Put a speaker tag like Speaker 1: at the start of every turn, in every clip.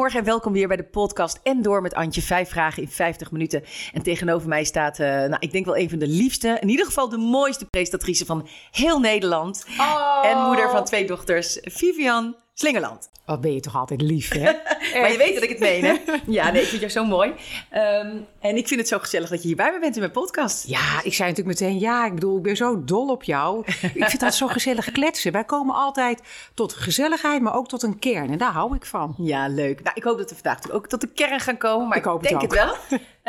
Speaker 1: Goedemorgen en welkom weer bij de podcast En Door met Antje. 5 vragen in 50 minuten. En tegenover mij staat, ik denk wel een van de liefste, in ieder geval de mooiste presentatrice van heel Nederland. En moeder van 2 dochters, Vivian Slingerland.
Speaker 2: Wat ben je toch altijd lief, hè?
Speaker 1: Maar je weet dat ik het meen, hè? Ja, nee, ik vind jou zo mooi. En ik vind het zo gezellig dat je hier bij me bent in mijn podcast.
Speaker 2: Ja, ik zei natuurlijk meteen, ik ben zo dol op jou. Ik vind dat zo gezellig kletsen. Wij komen altijd tot gezelligheid, maar ook tot een kern. En daar hou ik van.
Speaker 1: Ja, leuk. Nou, ik hoop dat we vandaag ook tot de kern gaan komen, maar ik denk het wel.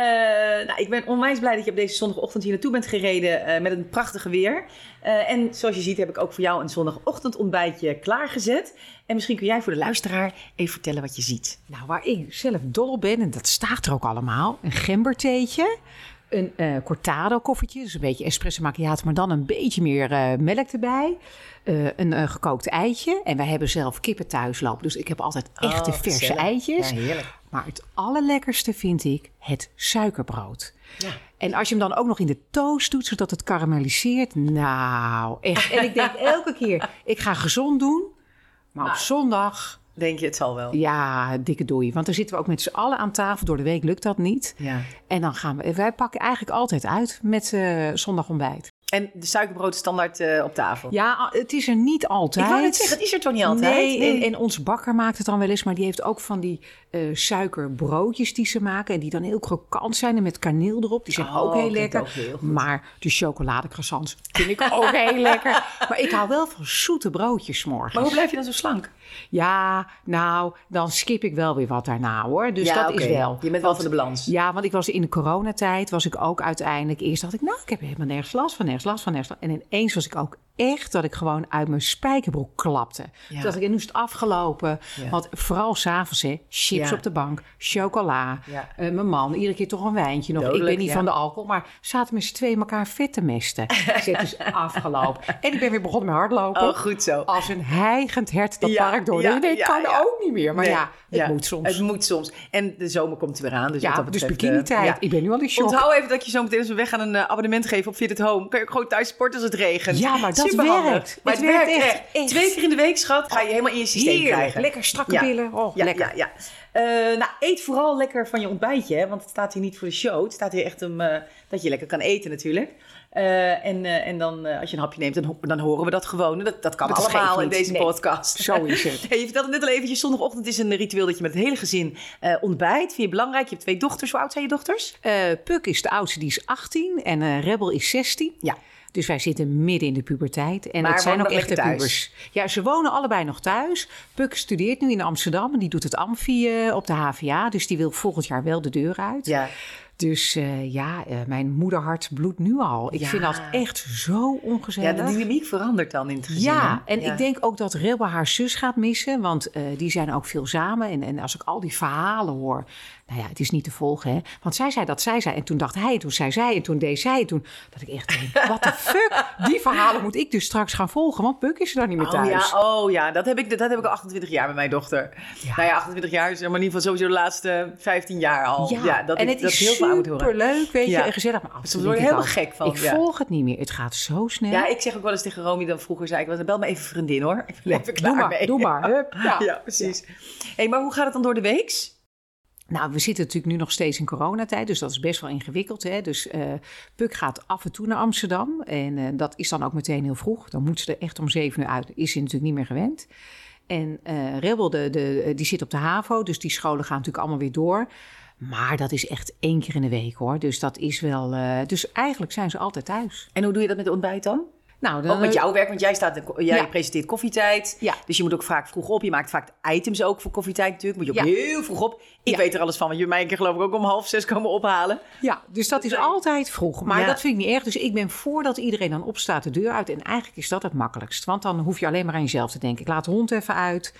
Speaker 1: Ik ben onwijs blij dat je op deze zondagochtend hier naartoe bent gereden met een prachtige weer. En zoals je ziet heb ik ook voor jou een zondagochtendontbijtje klaargezet. En misschien kun jij voor de luisteraar even vertellen wat je ziet.
Speaker 2: Nou, waar ik zelf dol op ben, en dat staat er ook allemaal, een gembertheetje. Een cortado koffietje, dus een beetje espresso macchiato, maar dan een beetje meer melk erbij. Een gekookt eitje. En wij hebben zelf kippen thuis lopen, dus ik heb altijd echte verse
Speaker 1: gezellig.
Speaker 2: eitjes.
Speaker 1: Ja, heerlijk.
Speaker 2: Maar het allerlekkerste vind ik het suikerbrood.
Speaker 1: Ja.
Speaker 2: En als je hem dan ook nog in de toast doet, zodat het karamelliseert. Nou, echt. En ik denk elke keer, ik ga gezond doen. Maar op zondag,
Speaker 1: Denk je, het zal wel.
Speaker 2: ja, dikke doei. Want dan zitten we ook met z'n allen aan tafel. Door de week lukt dat niet.
Speaker 1: Ja.
Speaker 2: En dan wij pakken eigenlijk altijd uit met zondagontbijt.
Speaker 1: En de suikerbrood standaard op tafel?
Speaker 2: Ja, het is er niet altijd.
Speaker 1: Ik wou net zeggen, het is er toch niet altijd?
Speaker 2: Nee, en onze bakker maakt het dan wel eens. Maar die heeft ook van die suikerbroodjes die ze maken. En die dan heel krokant zijn en met kaneel erop. Die zijn ook heel lekker.
Speaker 1: Ook heel goed.
Speaker 2: Maar de chocoladecroissants vind ik ook heel lekker. Maar ik hou wel van zoete broodjes 's morgens.
Speaker 1: Maar hoe blijf je dan zo slank?
Speaker 2: Ja, nou, dan skip ik wel weer wat daarna hoor. Dus dat is wel.
Speaker 1: Je bent wel van de balans.
Speaker 2: Ja, want ik was in de coronatijd, was ik ook uiteindelijk... Eerst dacht ik, ik heb helemaal nergens last van. En ineens was ik ook echt dat ik gewoon uit mijn spijkerbroek klapte.
Speaker 1: Ja.
Speaker 2: Toen dacht ik, en nu is het afgelopen.
Speaker 1: Ja.
Speaker 2: Want vooral 's avonds, chips
Speaker 1: Ja.
Speaker 2: op de bank, chocola.
Speaker 1: Ja.
Speaker 2: Mijn man, iedere keer toch een wijntje nog.
Speaker 1: Dodelijk,
Speaker 2: ik ben niet
Speaker 1: ja.
Speaker 2: van de alcohol, maar zaten met z'n tweeën elkaar vet te mesten. Dus het is afgelopen. En ik ben weer begonnen met hardlopen.
Speaker 1: Oh, goed zo.
Speaker 2: Als een hijgend hert dat
Speaker 1: Ja,
Speaker 2: park door.
Speaker 1: ja,
Speaker 2: Nee,
Speaker 1: ja,
Speaker 2: kan
Speaker 1: ja.
Speaker 2: ook niet meer. Maar het moet soms.
Speaker 1: Het moet soms. En de zomer komt er weer aan. Dus
Speaker 2: Ja,
Speaker 1: wat dat
Speaker 2: dus
Speaker 1: betreft,
Speaker 2: bikini-tijd.
Speaker 1: ja.
Speaker 2: Ik ben nu al in shock.
Speaker 1: Onthoud even dat je zo meteen als we weg gaan een abonnement geven op Fit at Home. Kun je ook gewoon thuis sporten als het regent.
Speaker 2: Ja, maar dat
Speaker 1: Superhandig.
Speaker 2: werkt.
Speaker 1: Maar
Speaker 2: Het
Speaker 1: het werkt
Speaker 2: werkt
Speaker 1: echt.
Speaker 2: echt.
Speaker 1: 2 keer in de week, schat, ga je helemaal in je systeem
Speaker 2: Heerlijk.
Speaker 1: krijgen.
Speaker 2: Lekker strakke
Speaker 1: Ja.
Speaker 2: billen. Oh,
Speaker 1: Ja,
Speaker 2: lekker.
Speaker 1: ja. Eet vooral lekker van je ontbijtje, hè, want het staat hier niet voor de show. Het staat hier echt om dat je lekker kan eten natuurlijk. En dan, als je een hapje neemt, dan horen we dat gewoon. Dat kan
Speaker 2: Dat
Speaker 1: allemaal
Speaker 2: geeft
Speaker 1: in
Speaker 2: niet.
Speaker 1: deze
Speaker 2: Nee.
Speaker 1: podcast.
Speaker 2: Zo is het.
Speaker 1: Hey, je vertelde net al eventjes, zondagochtend is een ritueel dat je met het hele gezin ontbijt. Vind je belangrijk? Je hebt 2 dochters. Hoe oud zijn je dochters?
Speaker 2: Puk is de oudste, die is 18. En Rebel is 16.
Speaker 1: Ja.
Speaker 2: Dus wij zitten midden in de puberteit. En
Speaker 1: Maar
Speaker 2: het zijn
Speaker 1: wonen
Speaker 2: ook
Speaker 1: nog
Speaker 2: echte
Speaker 1: lekker thuis?
Speaker 2: pubers. Ja, ze wonen allebei nog thuis. Puk studeert nu in Amsterdam. En die doet het Amfi op de HVA. Dus die wil volgend jaar wel de deur uit.
Speaker 1: Ja.
Speaker 2: Dus mijn moederhart bloedt nu al. Ik
Speaker 1: Ja.
Speaker 2: vind dat echt zo ongezellig.
Speaker 1: Ja, de dynamiek verandert dan in het gezin.
Speaker 2: Ja,
Speaker 1: hè?
Speaker 2: en ik denk ook dat Rebel haar zus gaat missen. Want die zijn ook veel samen. En als ik al die verhalen hoor... Nou ja, het is niet te volgen, hè. Want zij zei dat zij zei. En toen dacht hij, toen zei zij. En toen deed zij. En toen dat ik echt denk, what the fuck? Die verhalen moet ik dus straks gaan volgen. Want Puk is er dan niet meer thuis.
Speaker 1: Oh ja, dat heb ik al 28 jaar met mijn dochter.
Speaker 2: Ja.
Speaker 1: Nou ja, 28 jaar is maar in ieder geval sowieso de laatste 15 jaar al.
Speaker 2: En het is
Speaker 1: heel veel oud horen.
Speaker 2: superleuk, weet je,
Speaker 1: Ja.
Speaker 2: en gezellig. Maar af en toe
Speaker 1: Soms word je
Speaker 2: denk ik
Speaker 1: helemaal
Speaker 2: ook,
Speaker 1: gek van,
Speaker 2: Ik
Speaker 1: ja.
Speaker 2: volg het niet meer. Het gaat zo snel.
Speaker 1: Ja, ik zeg ook wel eens tegen Romy dan vroeger zei ik, bel me even vriendin hoor. Ik ben even klaar
Speaker 2: doe maar,
Speaker 1: mee.
Speaker 2: doe maar. Hup.
Speaker 1: Ja, precies. Hey, maar hoe gaat het dan door de weeks?
Speaker 2: Nou, we zitten natuurlijk nu nog steeds in coronatijd, dus dat is best wel ingewikkeld. Hè? Dus Puk gaat af en toe naar Amsterdam en dat is dan ook meteen heel vroeg. Dan moet ze er echt om 7 uur uit, is ze natuurlijk niet meer gewend. En Rebel, die zit op de HAVO, dus die scholen gaan natuurlijk allemaal weer door. Maar dat is echt 1 keer in de week hoor, dus dat is wel... dus eigenlijk zijn ze altijd thuis.
Speaker 1: En hoe doe je dat met de ontbijt dan?
Speaker 2: Nou, dan,
Speaker 1: Ook met jouw werk, want jij
Speaker 2: Ja.
Speaker 1: presenteert koffietijd.
Speaker 2: Ja.
Speaker 1: Dus je moet ook vaak vroeg op. Je maakt vaak items ook voor koffietijd natuurlijk. Moet je ook
Speaker 2: Ja.
Speaker 1: heel vroeg op. Ik
Speaker 2: Ja.
Speaker 1: weet er alles van, want je mij een keer geloof ik ook om 5:30 komen ophalen.
Speaker 2: Ja, dus dat is altijd vroeg. Maar
Speaker 1: Ja.
Speaker 2: dat vind ik niet erg. Dus ik ben voordat iedereen dan opstaat de deur uit. En eigenlijk is dat het makkelijkst. Want dan hoef je alleen maar aan jezelf te denken. Ik laat de hond even uit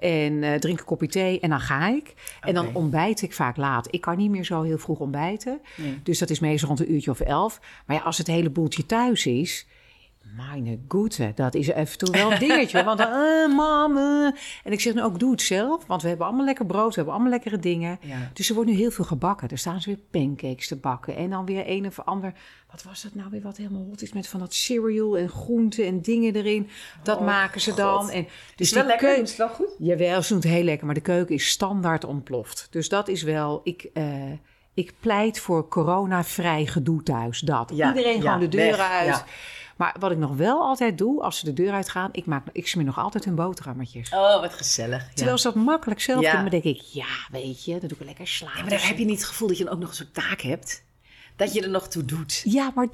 Speaker 2: en drink een kopje thee en dan ga ik. En dan ontbijt ik vaak laat. Ik kan niet meer zo heel vroeg ontbijten.
Speaker 1: Nee.
Speaker 2: Dus dat is meestal rond 1 uurtje of 11. Maar ja, als het hele boeltje thuis is... Mijn goede, dat is even toe wel een dingetje. Want mam. En ik zeg nu ook, doe het zelf. Want we hebben allemaal lekker brood, we hebben allemaal lekkere dingen. Ja. Dus er wordt nu heel veel gebakken. Er staan ze weer pancakes te bakken. En dan weer een of ander... Wat was dat nou weer wat helemaal hot is met van dat cereal en groenten en dingen erin. Dat maken ze dan. En dus
Speaker 1: is het wel lekker? Is het wel goed?
Speaker 2: Jawel, ze doen het heel lekker. Maar de keuken is standaard ontploft. Dus dat is wel... Ik pleit voor coronavrij gedoe thuis. Dat. Ja, iedereen gewoon de deur uit. Ja. Maar wat ik nog wel altijd doe, als ze de deur uitgaan... Ik smeer nog altijd hun boterhammetjes.
Speaker 1: Oh, wat gezellig.
Speaker 2: Terwijl ze dat makkelijk zelf doen. Maar dan denk ik, weet je, dan doe ik lekker sla.
Speaker 1: Ja, maar dan heb je niet het gevoel dat je dan ook nog een soort taak hebt... Dat je er nog toe doet.
Speaker 2: Ja, maar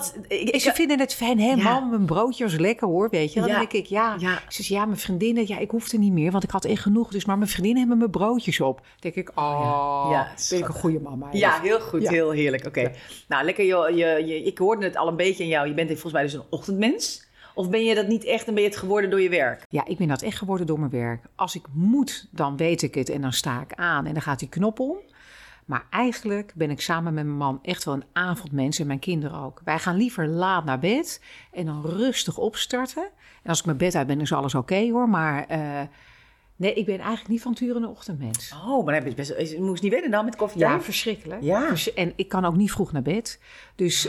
Speaker 2: ze vinden het fijn. Hé, mam, mijn broodje was lekker hoor, weet je. Dan denk ik, Ze zegt, mijn vriendinnen, ik hoef er niet meer. Want ik had echt genoeg. Dus maar mijn vriendinnen hebben mijn broodjes op. Dan denk ik, ben ik een goede mama.
Speaker 1: Ja, heel goed. Heel heerlijk. Oké. Ja. Nou, lekker. Ik hoorde het al een beetje in jou. Je bent volgens mij dus een ochtendmens. Of ben je dat niet echt en ben je het geworden door je werk?
Speaker 2: Ja, ik ben dat echt geworden door mijn werk. Als ik moet, dan weet ik het. En dan sta ik aan en dan gaat die knop om. Maar eigenlijk ben ik samen met mijn man echt wel een avondmens en mijn kinderen ook. Wij gaan liever laat naar bed en dan rustig opstarten. En als ik mijn bed uit ben, is alles oké hoor. Maar nee, ik ben eigenlijk niet van nature een ochtendmens.
Speaker 1: Oh, maar dan moest je niet weten dan met koffie?
Speaker 2: Ja, verschrikkelijk. Ja. En ik kan ook niet vroeg naar bed. Dus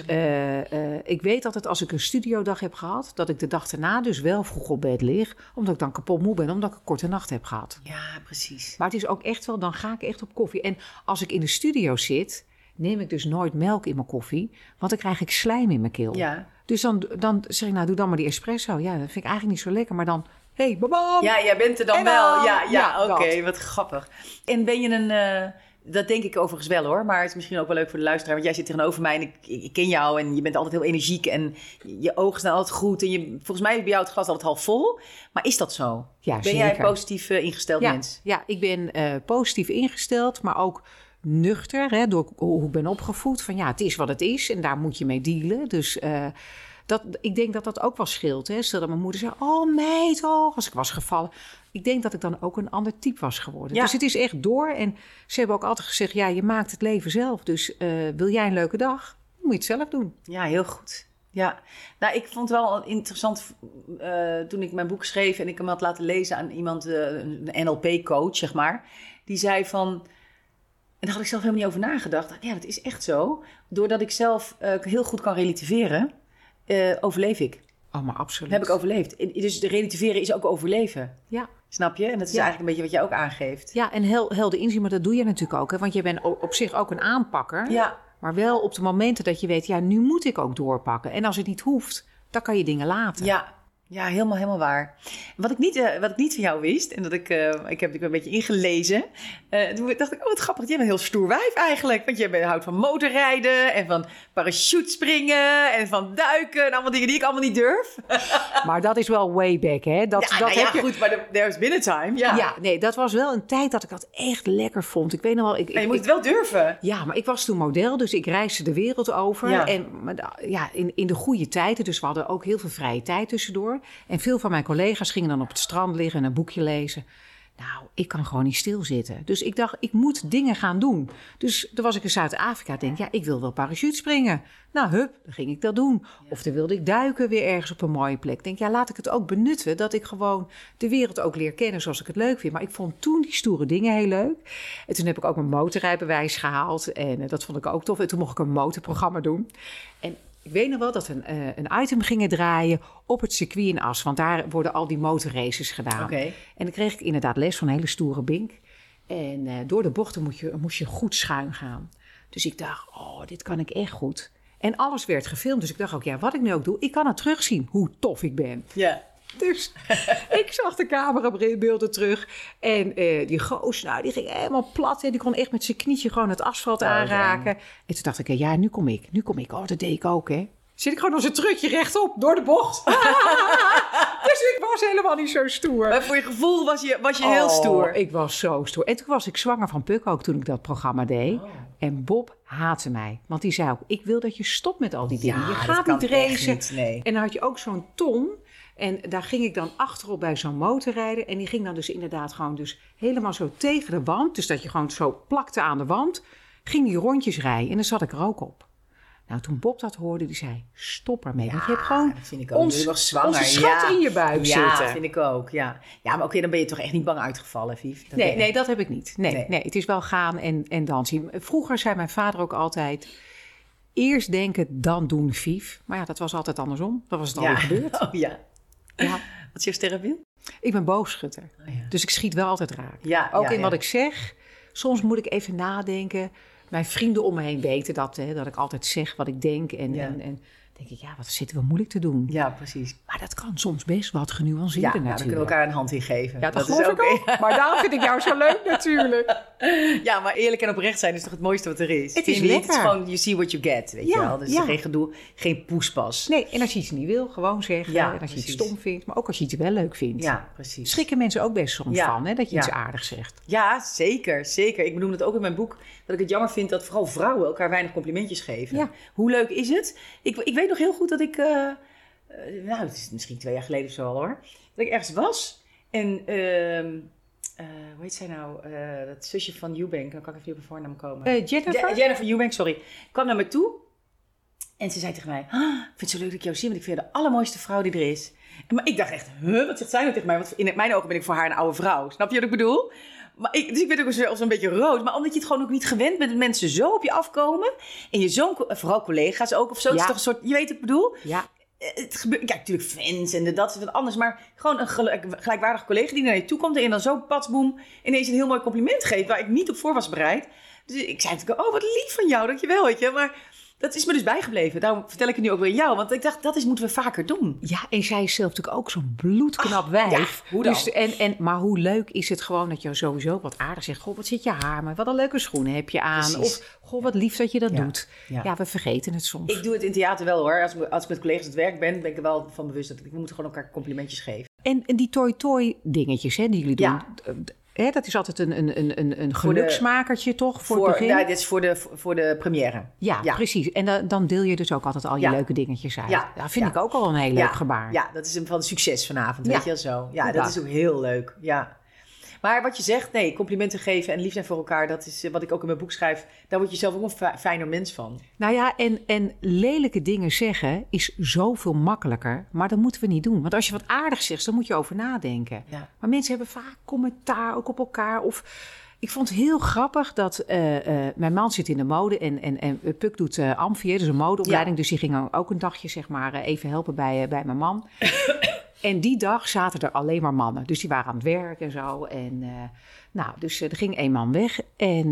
Speaker 2: ik weet altijd als ik een studiodag heb gehad... dat ik de dag daarna dus wel vroeg op bed lig... omdat ik dan kapot moe ben, omdat ik een korte nacht heb gehad.
Speaker 1: Ja, precies.
Speaker 2: Maar het is ook echt wel, dan ga ik echt op koffie. En als ik in de studio zit, neem ik dus nooit melk in mijn koffie... want dan krijg ik slijm in mijn keel. Ja. Dus dan zeg ik, nou, doe dan maar die espresso. Ja, dat vind ik eigenlijk niet zo lekker, maar dan... Hey, babam.
Speaker 1: Ja, jij bent er dan wel. Ja, oké, wat grappig. En ben je een... dat denk ik overigens wel hoor, maar het is misschien ook wel leuk voor de luisteraar. Want jij zit tegenover mij en ik ken jou en je bent altijd heel energiek en je ogen staan altijd goed. En volgens mij is bij jou het glas altijd half vol. Maar is dat zo?
Speaker 2: Ja,
Speaker 1: ben
Speaker 2: zeker.
Speaker 1: Jij een positief ingesteld mens?
Speaker 2: Ja, ik ben positief ingesteld, maar ook nuchter. Hè, door hoe ik ben opgevoed. Van het is wat het is en daar moet je mee dealen. Dus... ik denk dat dat ook wel scheelt. Hè? Stel dat mijn moeder zei, oh meid, als ik was gevallen. Ik denk dat ik dan ook een ander type was geworden. Ja. Dus het is echt door. En ze hebben ook altijd gezegd, je maakt het leven zelf. Dus wil jij een leuke dag, dan moet je het zelf doen.
Speaker 1: Ja, heel goed. Ja, nou, ik vond het wel interessant toen ik mijn boek schreef... en ik hem had laten lezen aan iemand, een NLP-coach, zeg maar. Die zei van... En daar had ik zelf helemaal niet over nagedacht. Ja, dat is echt zo. Doordat ik zelf heel goed kan relativeren... overleef ik.
Speaker 2: Oh, maar absoluut.
Speaker 1: Heb ik overleefd. Dus de relativeren is ook overleven.
Speaker 2: Ja.
Speaker 1: Snap je? En dat is eigenlijk een beetje wat jij ook aangeeft.
Speaker 2: Ja, en helder inzien, maar dat doe je natuurlijk ook. Hè? Want je bent op zich ook een aanpakker. Ja. Maar wel op de momenten dat je weet, nu moet ik ook doorpakken. En als het niet hoeft, dan kan je dingen laten.
Speaker 1: Ja, helemaal waar. Wat ik niet van jou wist, en dat ik heb natuurlijk een beetje ingelezen. Toen dacht ik, wat grappig, jij bent een heel stoer wijf eigenlijk. Want jij houdt van motorrijden en van parachutespringen en van duiken. En allemaal dingen die ik allemaal niet durf.
Speaker 2: Maar dat is wel way back, hè?
Speaker 1: Goed, maar there's been a time.
Speaker 2: Ja, nee, dat was wel een tijd dat ik dat echt lekker vond. Ik weet nog wel...
Speaker 1: Maar je moet het wel durven.
Speaker 2: Ja, maar ik was toen model, dus ik reisde de wereld over. Ja. En in de goede tijden, dus we hadden ook heel veel vrije tijd tussendoor. En veel van mijn collega's gingen dan op het strand liggen en een boekje lezen. Nou, ik kan gewoon niet stilzitten. Dus ik dacht, ik moet dingen gaan doen. Dus toen was ik in Zuid-Afrika. Denk, ik wil wel parachutespringen. Nou, dan ging ik dat doen. Ja. Of dan wilde ik duiken weer ergens op een mooie plek. Denk, laat ik het ook benutten. Dat ik gewoon de wereld ook leer kennen zoals ik het leuk vind. Maar ik vond toen die stoere dingen heel leuk. En toen heb ik ook mijn motorrijbewijs gehaald. En dat vond ik ook tof. En toen mocht ik een motorprogramma doen. En ik weet nog wel dat we een item gingen draaien op het circuit in As. Want daar worden al die motorraces gedaan. Okay. En dan kreeg ik inderdaad les van een hele stoere bink. En door de bochten moest je goed schuin gaan. Dus ik dacht, dit kan ik echt goed. En alles werd gefilmd. Dus ik dacht ook, wat ik nu ook doe, ik kan het terugzien hoe tof ik ben. Ja. Yeah. Dus ik zag de camerabeelden terug. En die goos, die ging helemaal plat. En die kon echt met zijn knietje gewoon het asfalt aanraken. En toen dacht ik, nu kom ik. Oh, dat deed ik ook, hè. Zit ik gewoon als een trucje rechtop door de bocht. Dus ik was helemaal niet zo stoer.
Speaker 1: Maar voor je gevoel was je heel stoer.
Speaker 2: Ik was zo stoer. En toen was ik zwanger van Puk ook toen ik dat programma deed. Oh. En Bob haatte mij. Want die zei ook, ik wil dat je stopt met al die dingen. Je gaat niet racen. Niet, nee. En dan had je ook zo'n ton. En daar ging ik dan achterop bij zo'n motorrijder. En die ging dan dus inderdaad gewoon dus helemaal zo tegen de wand. Dus dat je gewoon zo plakte aan de wand. Ging die rondjes rijden. En dan zat ik er ook op. Nou, toen Bob dat hoorde, die zei, stop ermee. Want je hebt gewoon
Speaker 1: dat vind ik ook. Je was zwanger.
Speaker 2: onze schat in je buik zitten.
Speaker 1: Ja, vind ik ook. Ja, maar oké, dan ben je toch echt niet bang uitgevallen, Vief?
Speaker 2: Nee, dat heb ik niet. Nee, het is wel gaan en dansen. Vroeger zei mijn vader ook altijd, eerst denken, dan doen, Vief. Maar ja, dat was altijd andersom. Dat was het alweer gebeurd.
Speaker 1: Oh ja. Wat is je sterrenbeeld?
Speaker 2: Ik ben boogschutter. Dus ik schiet wel altijd raak.
Speaker 1: Ja,
Speaker 2: ook in wat ik zeg. Soms moet ik even nadenken. Mijn vrienden om me heen weten dat ik altijd zeg wat ik denk. En denk ik, wat zitten we moeilijk te doen.
Speaker 1: Ja, precies.
Speaker 2: Maar dat kan soms best wat genuanceerder natuurlijk.
Speaker 1: Dan kunnen we elkaar een hand in geven.
Speaker 2: Ja, dat geloof ik ook. Maar daarom vind ik jou zo leuk natuurlijk.
Speaker 1: Ja, maar eerlijk en oprecht zijn is toch het mooiste wat er is.
Speaker 2: Het is lekker.
Speaker 1: Het is gewoon, you see what you get, weet je wel. Dus geen gedoe, geen poespas.
Speaker 2: Nee, en als je iets niet wil, gewoon zeggen. En als je iets stom vindt, maar ook als je iets wel leuk vindt.
Speaker 1: Ja, precies.
Speaker 2: Schrikken mensen ook best soms van, hè, dat je iets aardigs zegt.
Speaker 1: Ja, zeker, zeker. Ik benoem het ook in mijn boek, dat ik het jammer vind dat vooral vrouwen elkaar weinig complimentjes geven. Ja. Hoe leuk is het? Ik weet nog heel goed dat ik, het is misschien 2 jaar geleden of zo al hoor, dat ik ergens was en... hoe heet zij nou? Dat zusje van Eubank. Dan kan ik even niet op haar voornaam komen. Jennifer Eubank, sorry. Kwam naar me toe. En ze zei tegen mij... ik vind het zo leuk dat ik jou zie, want ik vind je de allermooiste vrouw die er is. Maar ik dacht echt, wat zegt zij nou tegen mij? Want in mijn ogen ben ik voor haar een oude vrouw. Snap je wat ik bedoel? Maar dus ik ben ook zo'n beetje rood. Maar omdat je het gewoon ook niet gewend bent dat mensen zo op je afkomen. En je vooral collega's ook of zo. Het is toch een soort, je weet wat ik bedoel?
Speaker 2: Ja.
Speaker 1: Het gebeurt, kijk, natuurlijk fans en dat is wat anders, maar gewoon een gelijkwaardige collega die naar je toe komt en je dan zo patsboom ineens een heel mooi compliment geeft waar ik niet op voor was bereid. Dus ik zei natuurlijk, wat lief van jou, dankjewel, weet je. Maar dat is me dus bijgebleven. Daarom vertel ik het nu ook weer aan jou, want ik dacht, moeten we vaker doen.
Speaker 2: Ja, en zij is zelf natuurlijk ook zo'n bloedknap wijf.
Speaker 1: Ja, hoe dan?
Speaker 2: Dus, maar hoe leuk is het gewoon dat je sowieso wat aardig zegt. Goh, wat zit je haar, maar wat een leuke schoenen heb je aan. Precies. Of, goh, wat lief dat je dat doet. Ja, we vergeten het soms.
Speaker 1: Ik doe het in theater wel hoor. Als ik met collega's aan het werk ben ik er wel van bewust dat we moeten gewoon elkaar complimentjes geven.
Speaker 2: En die toy dingetjes die jullie doen. Ja. Dat is altijd een geluksmakertje, toch? Voor het begin?
Speaker 1: Ja, dit is voor de première.
Speaker 2: Ja, precies. En dan deel je dus ook altijd al je leuke dingetjes uit. Ja, dat vind ik ook al een heel leuk gebaar.
Speaker 1: Ja, dat is een succes vanavond, weet je wel zo. Ja, dat is ook heel leuk, ja. Maar wat je zegt, nee, complimenten geven en lief zijn voor elkaar... dat is wat ik ook in mijn boek schrijf. Daar word je zelf ook een fijner mens van.
Speaker 2: Nou ja, en lelijke dingen zeggen is zoveel makkelijker. Maar dat moeten we niet doen. Want als je wat aardig zegt, dan moet je over nadenken. Ja. Maar mensen hebben vaak commentaar ook op elkaar. Of ik vond het heel grappig dat mijn man zit in de mode... en Puk doet Amfi, dus een modeopleiding. Dus die ging ook een dagje zeg maar even helpen bij mijn man... En die dag zaten er alleen maar mannen. Dus die waren aan het werk en zo. En dus er ging 1 man weg. En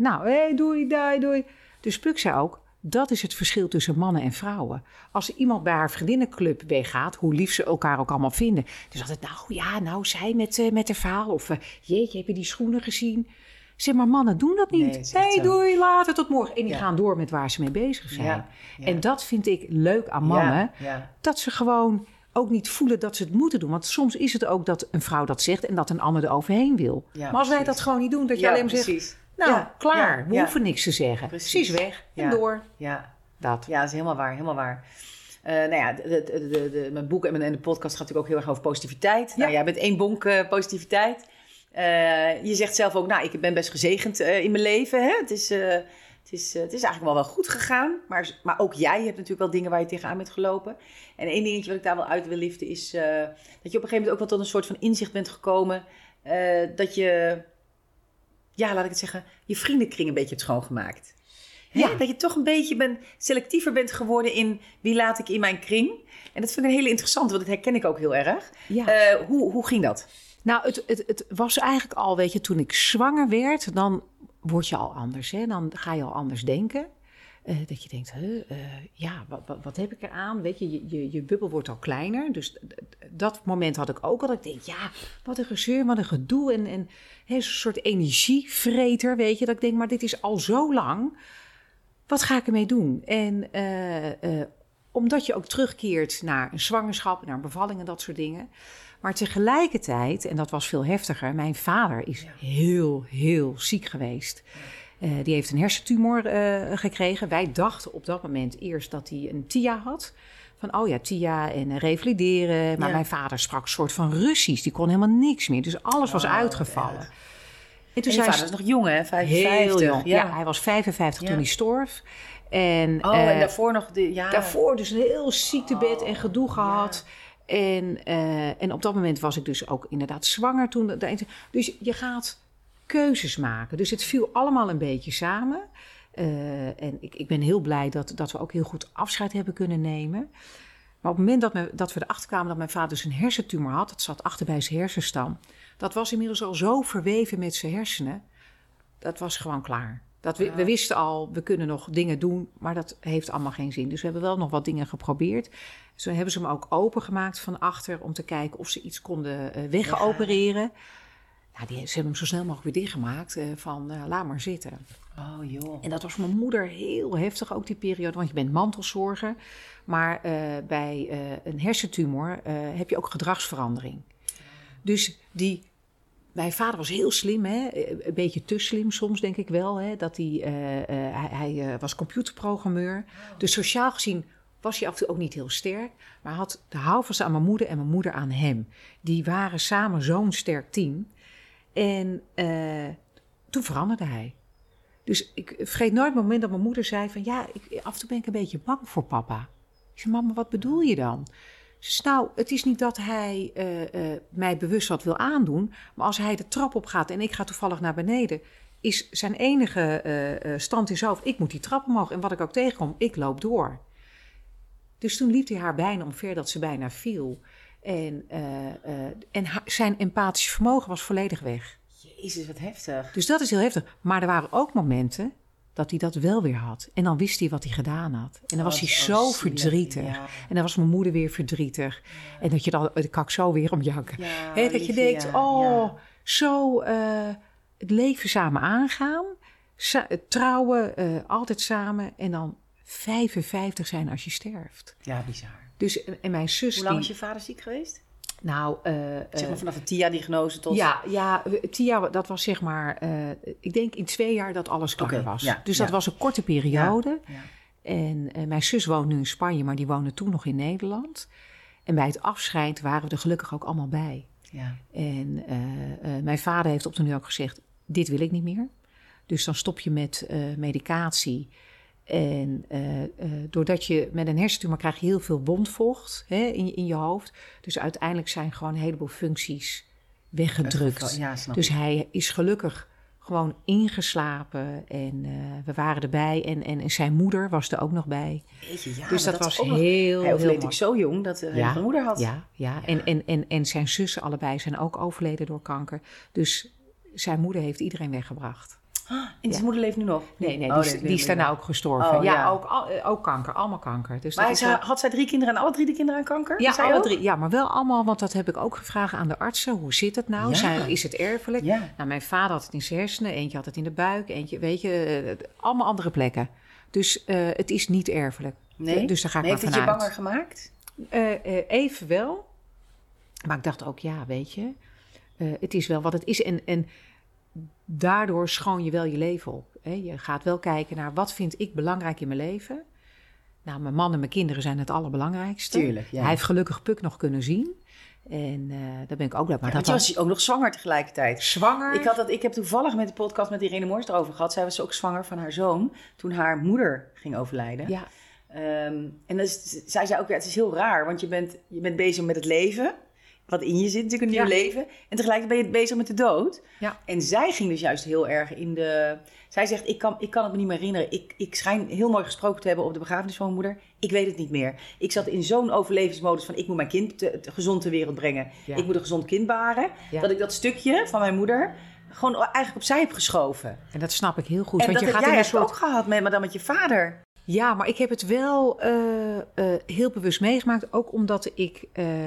Speaker 2: doei. Dus Puk zei ook, dat is het verschil tussen mannen en vrouwen. Als iemand bij haar vriendinnenclub weggaat, hoe lief ze elkaar ook allemaal vinden. Dus altijd, zij met haar verhaal. Of, jeetje, heb je die schoenen gezien? Zeg maar, mannen doen dat niet. Nee, doei, later, tot morgen. En die gaan door met waar ze mee bezig zijn. Ja. En dat vind ik leuk aan mannen. Ja. Dat ze gewoon... ook niet voelen dat ze het moeten doen. Want soms is het ook dat een vrouw dat zegt... en dat een ander er overheen wil. Ja, maar als wij dat gewoon niet doen... dat je alleen maar zegt... klaar, we hoeven niks te zeggen. Precies weg en door.
Speaker 1: Ja.
Speaker 2: Dat
Speaker 1: is helemaal waar, helemaal waar. Mijn boek en de podcast gaat natuurlijk ook heel erg over positiviteit. Ja. Nou, jij bent 1 bonk positiviteit. Je zegt zelf ook... ik ben best gezegend in mijn leven. Hè? Het is eigenlijk wel goed gegaan. Maar ook jij hebt natuurlijk wel dingen waar je tegenaan bent gelopen. En 1 dingetje wat ik daar wel uit wil liften is... dat je op een gegeven moment ook wel tot een soort van inzicht bent gekomen... dat je... laat ik het zeggen... je vriendenkring een beetje hebt schoongemaakt. Ja. Dat je toch een beetje selectiever bent geworden in... wie laat ik in mijn kring. En dat vind ik een hele interessante, want dat herken ik ook heel erg. Ja. Hoe ging dat?
Speaker 2: Nou, het was eigenlijk al, weet je, toen ik zwanger werd... dan word je al anders, hè? Dan ga je al anders denken. Dat je denkt, wat heb ik eraan? Weet je, je bubbel wordt al kleiner. Dus dat moment had ik ook al. Dat ik denk, wat een gezeur, wat een gedoe. En een soort energievreter, weet je. Dat ik denk, maar dit is al zo lang. Wat ga ik ermee doen? En omdat je ook terugkeert naar een zwangerschap, naar een bevalling en dat soort dingen... Maar tegelijkertijd, en dat was veel heftiger... mijn vader is heel, heel ziek geweest. Die heeft een hersentumor gekregen. Wij dachten op dat moment eerst dat hij een TIA had. Van, TIA en revalideren. Maar mijn vader sprak een soort van Russisch. Die kon helemaal niks meer. Dus alles was uitgevallen.
Speaker 1: En je vader was nog jong, hè? 55.
Speaker 2: Heel jong. Ja, hij was 55 toen hij storf. En
Speaker 1: daarvoor nog...
Speaker 2: Daarvoor dus een heel ziektebed en gedoe gehad. En op dat moment was ik dus ook inderdaad zwanger toen. Dus je gaat keuzes maken. Dus het viel allemaal een beetje samen. En ik ben heel blij dat we ook heel goed afscheid hebben kunnen nemen. Maar op het moment dat we erachter kwamen dat mijn vader dus een hersentumor had... dat zat achter bij zijn hersenstam... dat was inmiddels al zo verweven met zijn hersenen... dat was gewoon klaar. We wisten al, we kunnen nog dingen doen... maar dat heeft allemaal geen zin. Dus we hebben wel nog wat dingen geprobeerd. Dus toen hebben ze hem ook opengemaakt van achter... om te kijken of ze iets konden wegopereren. Nou, ze hebben hem zo snel mogelijk weer dichtgemaakt... laat maar zitten.
Speaker 1: Oh joh.
Speaker 2: En dat was voor mijn moeder heel heftig ook die periode... want je bent mantelzorger... maar bij een hersentumor heb je ook gedragsverandering. Dus mijn vader was heel slim, hè? Een beetje te slim soms, denk ik wel. Hè? Dat hij was computerprogrammeur. Dus sociaal gezien was hij af en toe ook niet heel sterk. Maar hij had de houvast aan mijn moeder en mijn moeder aan hem. Die waren samen zo'n sterk team. En toen veranderde hij. Dus ik vergeet nooit het moment dat mijn moeder zei van... af en toe ben ik een beetje bang voor papa. Ik zei, mama, wat bedoel je dan? Ze zei, nou, het is niet dat hij mij bewust wat wil aandoen... maar als hij de trap op gaat en ik ga toevallig naar beneden... is zijn enige stand in zijn hoofd... ik moet die trap omhoog en wat ik ook tegenkom, ik loop door. Dus toen liep hij haar bijna omver dat ze bijna viel. En zijn empathische vermogen was volledig weg.
Speaker 1: Jezus, wat heftig.
Speaker 2: Dus dat is heel heftig. Maar er waren ook momenten... dat hij dat wel weer had. En dan wist hij wat hij gedaan had. En dan was hij zo verdrietig. Ja. En dan was mijn moeder weer verdrietig. Ja. En dat je dan... kan ik zo weer om janken. Ja, dat je denkt, zo het leven samen aangaan. Trouwen, altijd samen. En dan 55 zijn als je sterft.
Speaker 1: Ja, bizar.
Speaker 2: Dus, en mijn zus...
Speaker 1: Hoe lang is je vader ziek geweest?
Speaker 2: Nou,
Speaker 1: zeg maar vanaf de TIA-diagnose tot...
Speaker 2: Ja, TIA, dat was zeg maar... ik denk in 2 jaar dat alles klaar was. Ja, dus dat was een korte periode. Ja. En mijn zus woont nu in Spanje, maar die woonde toen nog in Nederland. En bij het afscheid waren we er gelukkig ook allemaal bij. Ja. En mijn vader heeft op de nu ook gezegd... dit wil ik niet meer. Dus dan stop je met medicatie... En doordat je met een hersentumor krijg je heel veel bondvocht in je hoofd. Dus uiteindelijk zijn gewoon een heleboel functies weggedrukt. Ja, dus hij is gelukkig gewoon ingeslapen en we waren erbij. En zijn moeder was er ook nog bij.
Speaker 1: Jeetje,
Speaker 2: dus dat was heel
Speaker 1: hij overleed ook zo jong dat hij een moeder had.
Speaker 2: Ja. En zijn zussen allebei zijn ook overleden door kanker. Dus zijn moeder heeft iedereen weggebracht.
Speaker 1: En zijn moeder leeft nu nog?
Speaker 2: Nee, die is daarna ook gestorven. Ook kanker, allemaal kanker. Dus
Speaker 1: maar had zij 3 kinderen en alle 3 de kinderen aan kanker?
Speaker 2: Ja, alle 3. Ja, maar wel allemaal, want dat heb ik ook gevraagd aan de artsen. Hoe zit het nou? Is het erfelijk? Ja. Nou, mijn vader had het in zijn hersenen, eentje had het in de buik, eentje, weet je, allemaal andere plekken. Dus het is niet erfelijk.
Speaker 1: Nee?
Speaker 2: Dus daar ga ik maar vanuit.
Speaker 1: Heeft het je banger gemaakt?
Speaker 2: Even wel. Maar ik dacht ook, weet je, het is wel wat het is. En daardoor schoon je wel je leven op. Hè? Je gaat wel kijken naar wat vind ik belangrijk in mijn leven. Nou, mijn man en mijn kinderen zijn het allerbelangrijkste.
Speaker 1: Tuurlijk, ja.
Speaker 2: Hij heeft gelukkig Puk nog kunnen zien. En daar ben ik ook blij mee.
Speaker 1: Maar dat was ook nog zwanger tegelijkertijd.
Speaker 2: Zwanger?
Speaker 1: Ik heb toevallig met de podcast met Irene Moors erover gehad. Zij was ook zwanger van haar zoon toen haar moeder ging overlijden.
Speaker 2: Ja.
Speaker 1: En zij zei ook, het is heel raar, want je bent bezig met het leven... wat in je zit, natuurlijk een nieuw leven. En tegelijkertijd ben je bezig met de dood. Ja. En zij ging dus juist heel erg in de... Zij zegt, ik kan het me niet meer herinneren. Ik schijn heel mooi gesproken te hebben op de begrafenis van mijn moeder. Ik weet het niet meer. Ik zat in zo'n overlevensmodus van... ik moet mijn kind gezond ter wereld brengen. Ja. Ik moet een gezond kind baren. Ja. Dat ik dat stukje van mijn moeder... gewoon eigenlijk opzij heb geschoven.
Speaker 2: En dat snap ik heel goed.
Speaker 1: En
Speaker 2: want
Speaker 1: dat
Speaker 2: je gaat
Speaker 1: jij hebt ook gehad, maar dan met je vader...
Speaker 2: Ja, maar ik heb het wel heel bewust meegemaakt. Ook omdat ik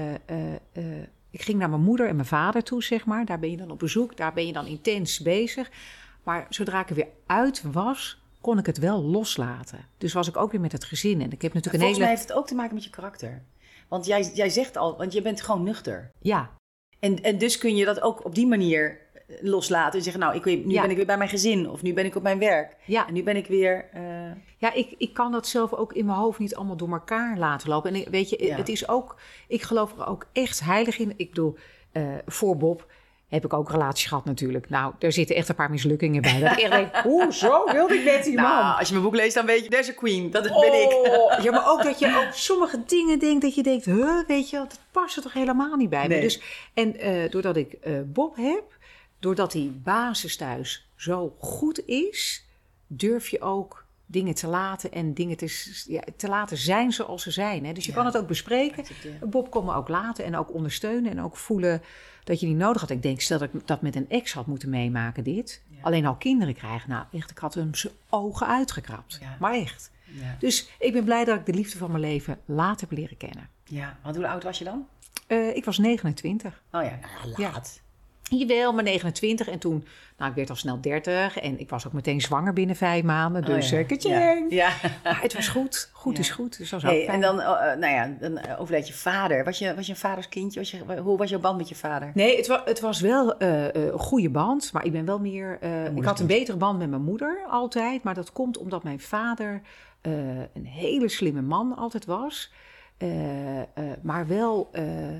Speaker 2: ging naar mijn moeder en mijn vader toe, zeg maar. Daar ben je dan op bezoek, daar ben je dan intens bezig. Maar zodra ik er weer uit was, kon ik het wel loslaten. Dus was ik ook weer met het gezin. En ik heb natuurlijk
Speaker 1: volgens mij heeft het ook te maken met je karakter. Want jij zegt al, want je bent gewoon nuchter.
Speaker 2: Ja.
Speaker 1: En dus kun je dat ook op die manier loslaten en zeggen, nou, nu ben ik weer bij mijn gezin of nu ben ik op mijn werk. Ja. En nu ben ik weer...
Speaker 2: Ja, ik kan dat zelf ook in mijn hoofd niet allemaal door elkaar laten lopen. En weet je, het is ook... Ik geloof er ook echt heilig in. Ik bedoel, voor Bob, Heb ik ook relaties gehad natuurlijk. Nou, er zitten echt een paar mislukkingen bij. Dat ik echt denk, hoezo wilde ik met die man?
Speaker 1: Als je mijn boek leest, dan weet je, there's a queen. Dat ben ik.
Speaker 2: Ja, maar ook dat je ook sommige dingen denkt dat je denkt, weet je, dat past er toch helemaal niet bij me. Dus, en doordat ik Bob heb, doordat die basis thuis zo goed is, durf je ook dingen te laten en dingen te laten zijn zoals ze zijn. Hè? Dus je kan het ook bespreken. Bob kon me ook laten en ook ondersteunen en ook voelen dat je niet nodig had. Ik denk, stel dat ik dat met een ex had moeten meemaken, dit. Ja. Alleen al kinderen krijgen. Nou, echt, ik had hem zijn ogen uitgekrapt. Ja. Maar echt. Ja. Dus ik ben blij dat ik de liefde van mijn leven later heb leren kennen.
Speaker 1: Ja, want hoe oud was je dan?
Speaker 2: Ik was 29.
Speaker 1: Oh ja, laat.
Speaker 2: Ja. Jawel, maar 29 en toen, ik werd al snel 30 en ik was ook meteen zwanger binnen 5 maanden. Dus
Speaker 1: ja.
Speaker 2: Maar het was goed. Goed is goed. Dus dat was ook fijn.
Speaker 1: En dan, dan overleed je vader. Was je een vaderskindje? Hoe was jouw band met je vader?
Speaker 2: Nee, het was wel een goede band, maar ik ben wel meer... ik had een betere band met mijn moeder altijd, maar dat komt omdat mijn vader een hele slimme man altijd was. Maar wel...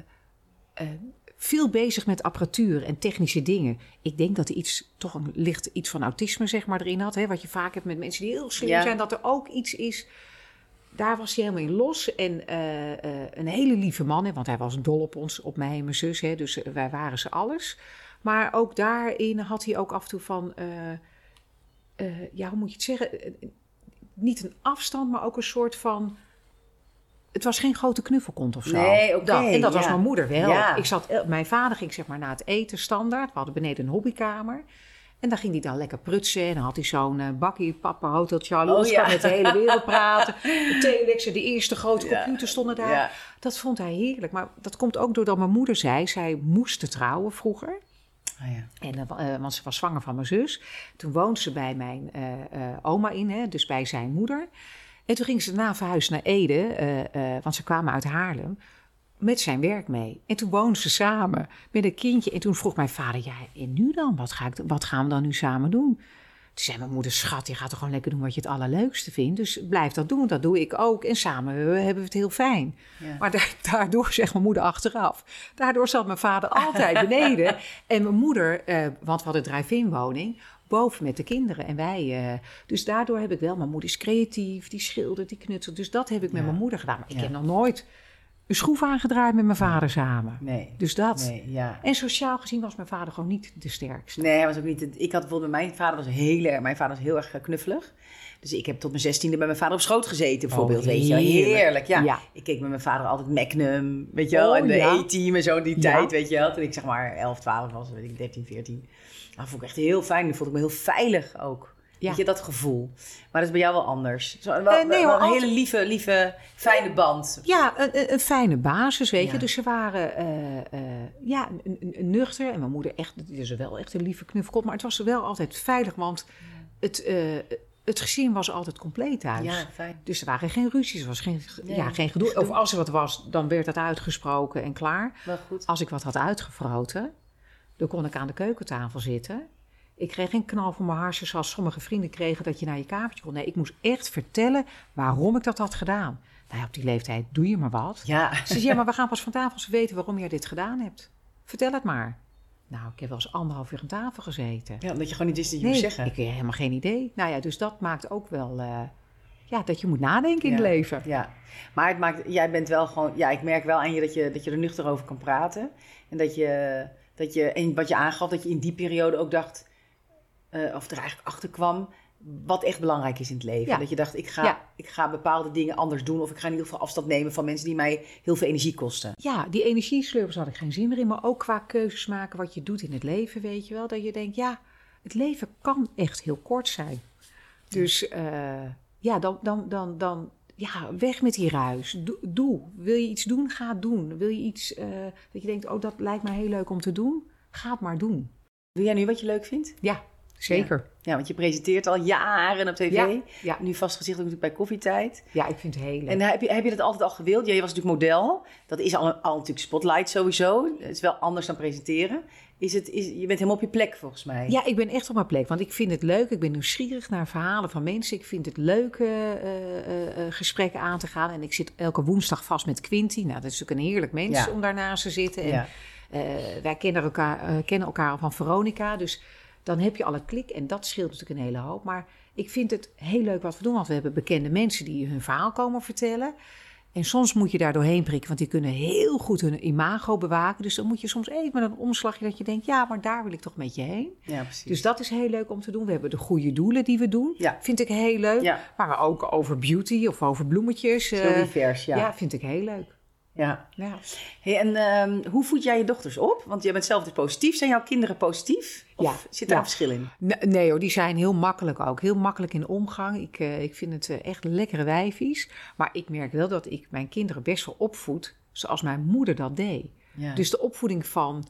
Speaker 2: veel bezig met apparatuur en technische dingen. Ik denk dat hij licht iets van autisme zeg maar erin had. Hè, wat je vaak hebt met mensen die heel slim zijn. Dat er ook iets is. Daar was hij helemaal in los. En een hele lieve man. Hè, want hij was dol op ons, op mij en mijn zus. Hè, dus wij waren ze alles. Maar ook daarin had hij ook af en toe van... hoe moet je het zeggen? Niet een afstand, maar ook een soort van... Het was geen grote knuffelkont of zo.
Speaker 1: Nee, oké.
Speaker 2: En dat was mijn moeder wel. Ja. Mijn vader ging zeg maar na het eten standaard. We hadden beneden een hobbykamer. En dan ging hij dan lekker prutsen. En dan had hij zo'n bakkie, papa, Hotel Charlie. Kan met de hele wereld praten. De telexen, de eerste grote computers stonden daar. Ja. Dat vond hij heerlijk. Maar dat komt ook doordat mijn moeder zei... zij moest trouwen vroeger. Want ze was zwanger van mijn zus. Toen woonde ze bij mijn oma in, hè, dus bij zijn moeder... En toen ging ze daarna verhuisd naar Ede, want ze kwamen uit Haarlem, met zijn werk mee. En toen woonden ze samen met een kindje. En toen vroeg mijn vader, en nu dan? Wat gaan we dan nu samen doen? Toen zei mijn moeder, schat, je gaat toch gewoon lekker doen wat je het allerleukste vindt. Dus blijf dat doen, dat doe ik ook. En samen hebben we het heel fijn. Ja. Maar daardoor, zegt mijn moeder achteraf, daardoor zat mijn vader altijd beneden. En mijn moeder, want we hadden een drive-in woning... boven met de kinderen. En wij... dus daardoor heb ik wel... Mijn moeder is creatief, die schildert, die knutselt. Dus dat heb ik met mijn moeder gedaan. Maar ik heb nog nooit een schroef aangedraaid met mijn vader samen.
Speaker 1: Nee.
Speaker 2: Dus dat.
Speaker 1: Nee, ja.
Speaker 2: En sociaal gezien was mijn vader gewoon niet de sterkste.
Speaker 1: Nee, hij was ook niet... Ik had bijvoorbeeld met mijn vader Mijn vader was heel erg knuffelig. Dus ik heb tot mijn 16e bij mijn vader op schoot gezeten, bijvoorbeeld. Weet je wel. Heerlijk, ja. Ik keek met mijn vader altijd Magnum, weet je wel. En de A-team en zo, die tijd, weet je wel. Toen ik zeg maar 11, 12 was, weet ik, 13, 14... Dat vond ik echt heel fijn. Dan voelde ik me heel veilig ook. Ja. Weet je, dat gevoel. Maar dat is bij jou wel anders. Een hele lieve, fijne band.
Speaker 2: Ja, een fijne basis, weet je. Dus ze waren nuchter. En mijn moeder is wel echt een lieve knuffelkop. Maar het was wel altijd veilig, want het gezin was altijd compleet thuis.
Speaker 1: Ja, fijn.
Speaker 2: Dus er waren geen ruzies, er was geen gedoe. Of als er wat was, dan werd dat uitgesproken en klaar.
Speaker 1: Wel goed.
Speaker 2: Als ik wat had uitgevroten... Dan kon ik aan de keukentafel zitten. Ik kreeg geen knal voor mijn harsjes zoals sommige vrienden kregen... dat je naar je kamertje kon. Nee, ik moest echt vertellen waarom ik dat had gedaan. Nou ja, op die leeftijd doe je maar wat.
Speaker 1: Ja.
Speaker 2: Ze zei, maar we gaan pas van tafel als we weten waarom jij dit gedaan hebt. Vertel het maar. Nou, ik heb wel eens 1,5 uur aan tafel gezeten.
Speaker 1: Ja, omdat je gewoon niet wist dat je moest zeggen.
Speaker 2: Ik heb helemaal geen idee. Nou ja, dus dat maakt ook wel... dat je moet nadenken in het leven.
Speaker 1: Ja, maar het maakt... Jij bent wel gewoon... Ja, ik merk wel aan je dat je er nuchter over kan praten. En en wat je aangaf, dat je in die periode ook dacht... of er eigenlijk achter kwam... wat echt belangrijk is in het leven. Ja. Dat je dacht, ik ga bepaalde dingen anders doen... of ik ga in ieder geval afstand nemen van mensen die mij heel veel energie kosten.
Speaker 2: Ja, die energieslurpers had ik geen zin meer in... maar ook qua keuzes maken wat je doet in het leven, weet je wel. Dat je denkt, het leven kan echt heel kort zijn. Dus dan weg met die ruis. Doe. Wil je iets doen, ga het doen. Wil je iets dat je denkt, dat lijkt me heel leuk om te doen? Ga het maar doen.
Speaker 1: Wil jij nu wat je leuk vindt?
Speaker 2: Ja, zeker.
Speaker 1: Ja, want je presenteert al jaren op tv.
Speaker 2: Ja.
Speaker 1: Nu vast gezicht ook natuurlijk bij Koffietijd.
Speaker 2: Ja, ik vind het heel leuk.
Speaker 1: En heb je dat altijd al gewild? Ja, je was natuurlijk model. Dat is al natuurlijk spotlight sowieso. Het is wel anders dan presenteren. Je bent helemaal op je plek volgens mij.
Speaker 2: Ja, ik ben echt op mijn plek. Want ik vind het leuk. Ik ben nieuwsgierig naar verhalen van mensen. Ik vind het leuk gesprekken aan te gaan. En ik zit elke woensdag vast met Quinty. Nou, dat is natuurlijk een heerlijk mens om daarnaast te zitten. En Wij kennen elkaar al van Veronica, dus dan heb je al een klik en dat scheelt natuurlijk een hele hoop. Maar ik vind het heel leuk wat we doen, want we hebben bekende mensen die hun verhaal komen vertellen. En soms moet je daar doorheen prikken, want die kunnen heel goed hun imago bewaken. Dus dan moet je soms even met een omslagje dat je denkt, ja, maar daar wil ik toch met je heen.
Speaker 1: Ja, precies.
Speaker 2: Dus dat is heel leuk om te doen. We hebben de goede doelen die we doen. Ja. Vind ik heel leuk. Ja. Maar ook over beauty of over bloemetjes.
Speaker 1: Zo divers, ja.
Speaker 2: Ja, vind ik heel leuk.
Speaker 1: Ja. Hey, en hoe voed jij je dochters op? Want jij bent zelf dus positief. Zijn jouw kinderen positief? Of zit daar een verschil in?
Speaker 2: Nee hoor, die zijn heel makkelijk ook. Heel makkelijk in omgang. Ik vind het echt lekkere wijfies. Maar ik merk wel dat ik mijn kinderen best wel opvoed zoals mijn moeder dat deed. Ja. Dus de opvoeding van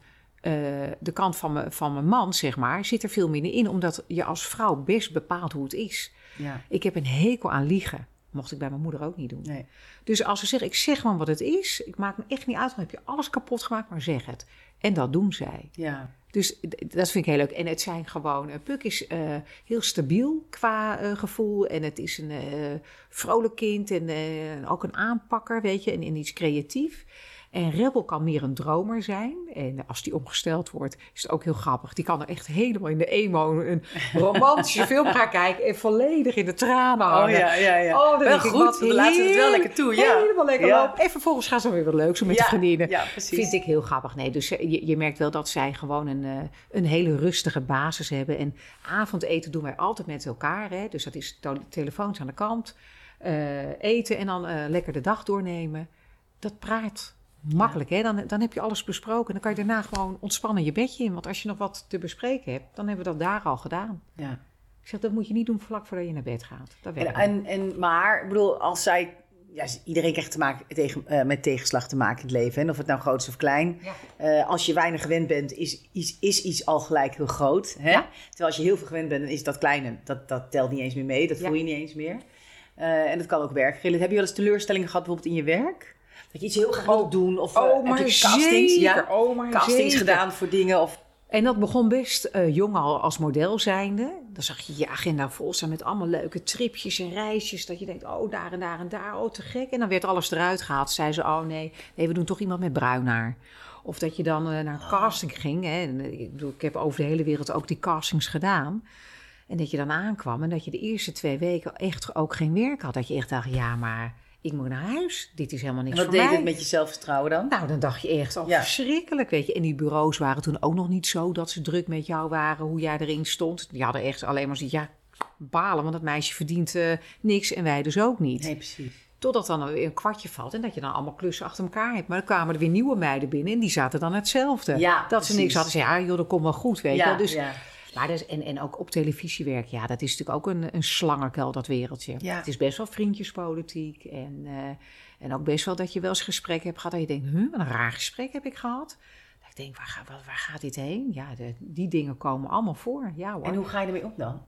Speaker 2: de kant van mijn man, zeg maar, zit er veel minder in. Omdat je als vrouw best bepaalt hoe het is. Ja. Ik heb een hekel aan liegen. Mocht ik bij mijn moeder ook niet doen. Nee. Dus als ze zeggen, ik zeg gewoon wat het is. Ik maak me echt niet uit, dan heb je alles kapot gemaakt, maar zeg het. En dat doen zij. Ja. Dus dat vind ik heel leuk. En het zijn gewoon, Puk is heel stabiel qua gevoel. En het is een vrolijk kind en ook een aanpakker, weet je. En iets creatief. En Rebel kan meer een dromer zijn. En als die omgesteld wordt, is het ook heel grappig. Die kan er echt helemaal in de emo een romantische film gaan kijken. En volledig in de tranen hangen.
Speaker 1: Oh, wel goed, dan laten we het wel lekker toe. Ja.
Speaker 2: Helemaal lekker lopen. En vervolgens gaan ze weer wat leuks met de vriendinnen. Ja, precies. Vind ik heel grappig. Nee, dus je merkt wel dat zij gewoon een hele rustige basis hebben. En avondeten doen wij altijd met elkaar. Hè. Dus dat is telefoons aan de kant. Eten en dan lekker de dag doornemen. Dat praat makkelijk, hè? Dan heb je alles besproken. Dan kan je daarna gewoon ontspannen je bedje in. Want als je nog wat te bespreken hebt, dan hebben we dat daar al gedaan. Ja. Ik zeg, dat moet je niet doen vlak voordat je naar bed gaat. Dat
Speaker 1: maar, ik bedoel, als zij... Ja, iedereen krijgt te maken met tegenslag te maken in het leven. Hè? Of het nou groot is of klein. Ja. Als je weinig gewend bent, is iets al gelijk heel groot. Hè? Ja. Terwijl als je heel veel gewend bent, dan is dat kleine. Dat telt niet eens meer mee. Dat voel je niet eens meer. En dat kan ook werkgerelateerd. Heb je wel eens teleurstellingen gehad bijvoorbeeld in je werk? Dat je iets heel graag wil doen. Of
Speaker 2: maar castings,
Speaker 1: castings gedaan voor dingen.
Speaker 2: En dat begon best jong al als model zijnde. Dan zag je je agenda vol staan met allemaal leuke tripjes en reisjes. Dat je denkt, daar en daar en daar, te gek. En dan werd alles eruit gehaald. Zei ze, nee, we doen toch iemand met bruin haar. Of dat je dan naar een casting ging. Hè. En, ik heb over de hele wereld ook die castings gedaan. En dat je dan aankwam en dat je de eerste 2 weken echt ook geen werk had. Dat je echt dacht, maar... Ik moet naar huis. Dit is helemaal niks voor mij.
Speaker 1: Wat deed het met je zelfvertrouwen dan?
Speaker 2: Nou, dan dacht je echt verschrikkelijk, weet je. En die bureaus waren toen ook nog niet zo dat ze druk met jou waren, hoe jij erin stond. Die hadden echt alleen maar zoiets, balen, want dat meisje verdient niks en wij dus ook niet.
Speaker 1: Nee, precies.
Speaker 2: Totdat dan weer een kwartje valt en dat je dan allemaal klussen achter elkaar hebt. Maar dan kwamen er weer nieuwe meiden binnen en die zaten dan hetzelfde. Ja, dat precies. Ze niks hadden. Zeiden, dat komt wel goed, weet je. Dus... Ja. Maar en ook op televisiewerk, dat is natuurlijk ook een slangerkuil, dat wereldje. Ja. Het is best wel vriendjespolitiek en ook best wel dat je wel eens gesprek hebt gehad... dat je denkt, wat een raar gesprek heb ik gehad. Dat ik denk, waar gaat dit heen? Ja, die dingen komen allemaal voor. Ja, hoor.
Speaker 1: En hoe ga je ermee om dan?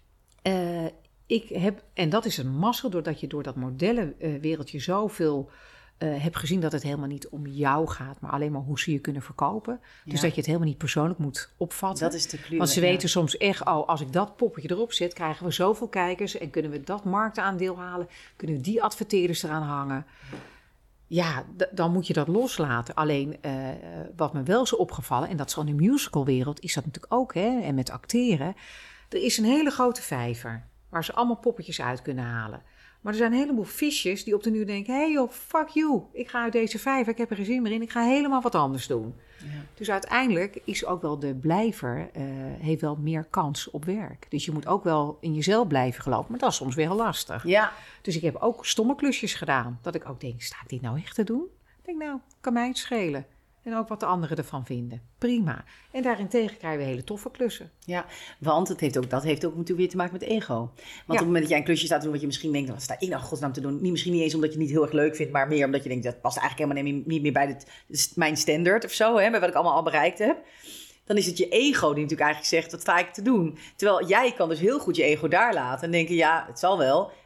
Speaker 2: Ik heb, en dat is een mazzel, doordat je door dat modellenwereldje zoveel... heb gezien dat het helemaal niet om jou gaat, maar alleen maar hoe ze je kunnen verkopen. Dus dat je het helemaal niet persoonlijk moet opvatten.
Speaker 1: Dat is de kleur.
Speaker 2: Want ze weten soms echt, als ik dat poppetje erop zet, krijgen we zoveel kijkers en kunnen we dat marktaandeel halen, kunnen we die adverteerders eraan hangen. Ja, dan moet je dat loslaten. Alleen, wat me wel is opgevallen, en dat is al in de musicalwereld, is dat natuurlijk ook, hè, en met acteren. Er is een hele grote vijver waar ze allemaal poppetjes uit kunnen halen. Maar er zijn een heleboel visjes die op de duur denken... hey joh, fuck you, ik ga uit deze vijver, ik heb er geen zin meer in... ik ga helemaal wat anders doen. Ja. Dus uiteindelijk is ook wel de blijver... heeft wel meer kans op werk. Dus je moet ook wel in jezelf blijven geloven. Maar dat is soms weer heel lastig. Ja. Dus ik heb ook stomme klusjes gedaan. Dat ik ook denk, sta ik dit nou echt te doen? Ik denk, kan mij het schelen. En ook wat de anderen ervan vinden. Prima. En daarentegen krijgen we hele toffe klussen.
Speaker 1: Ja, want dat heeft ook natuurlijk weer te maken met ego. Want op het moment dat jij een klusje staat te doen... wat je misschien denkt, wat sta ik nou godsnaam te doen? Misschien niet eens omdat je het niet heel erg leuk vindt... maar meer omdat je denkt, dat past eigenlijk helemaal niet meer bij mijn standaard of zo... Hè, bij wat ik allemaal al bereikt heb. Dan is het je ego die natuurlijk eigenlijk zegt, wat sta ik te doen? Terwijl jij kan dus heel goed je ego daar laten... en denken, het zal wel...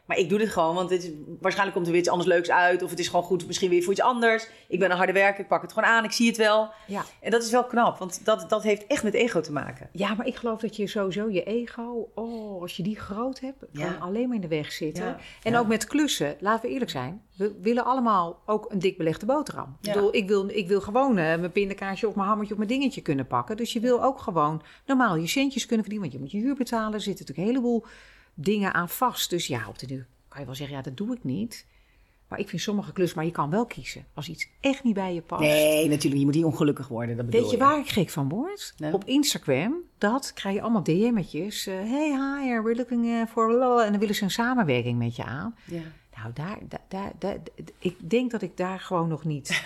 Speaker 1: Maar ik doe dit gewoon, want waarschijnlijk komt er weer iets anders leuks uit. Of het is gewoon goed, misschien weer voor iets anders. Ik ben een harde werker, ik pak het gewoon aan, ik zie het wel. Ja. En dat is wel knap, want dat heeft echt met ego te maken.
Speaker 2: Ja, maar ik geloof dat je sowieso je ego, als je die groot hebt, kan alleen maar in de weg zitten. Ja. En ook met klussen, laten we eerlijk zijn. We willen allemaal ook een dik belegde boterham. Ja. Ik wil gewoon mijn pindakaasje of mijn hammertje of mijn dingetje kunnen pakken. Dus je wil ook gewoon normaal je centjes kunnen verdienen. Want je moet je huur betalen, er zitten natuurlijk een heleboel dingen aan vast. Dus ja, op de duur kan je wel zeggen, dat doe ik niet. Maar ik vind sommige klussen, maar je kan wel kiezen. Als iets echt niet bij je past.
Speaker 1: Nee, natuurlijk, je moet niet ongelukkig worden. Dat bedoel
Speaker 2: Weet je waar ik gek van word? Nee. Op Instagram, krijg je allemaal DM'tjes. Hey, hi, we're looking for love. En dan willen ze een samenwerking met je aan. Ja. Nou, ik denk dat ik daar gewoon nog niet...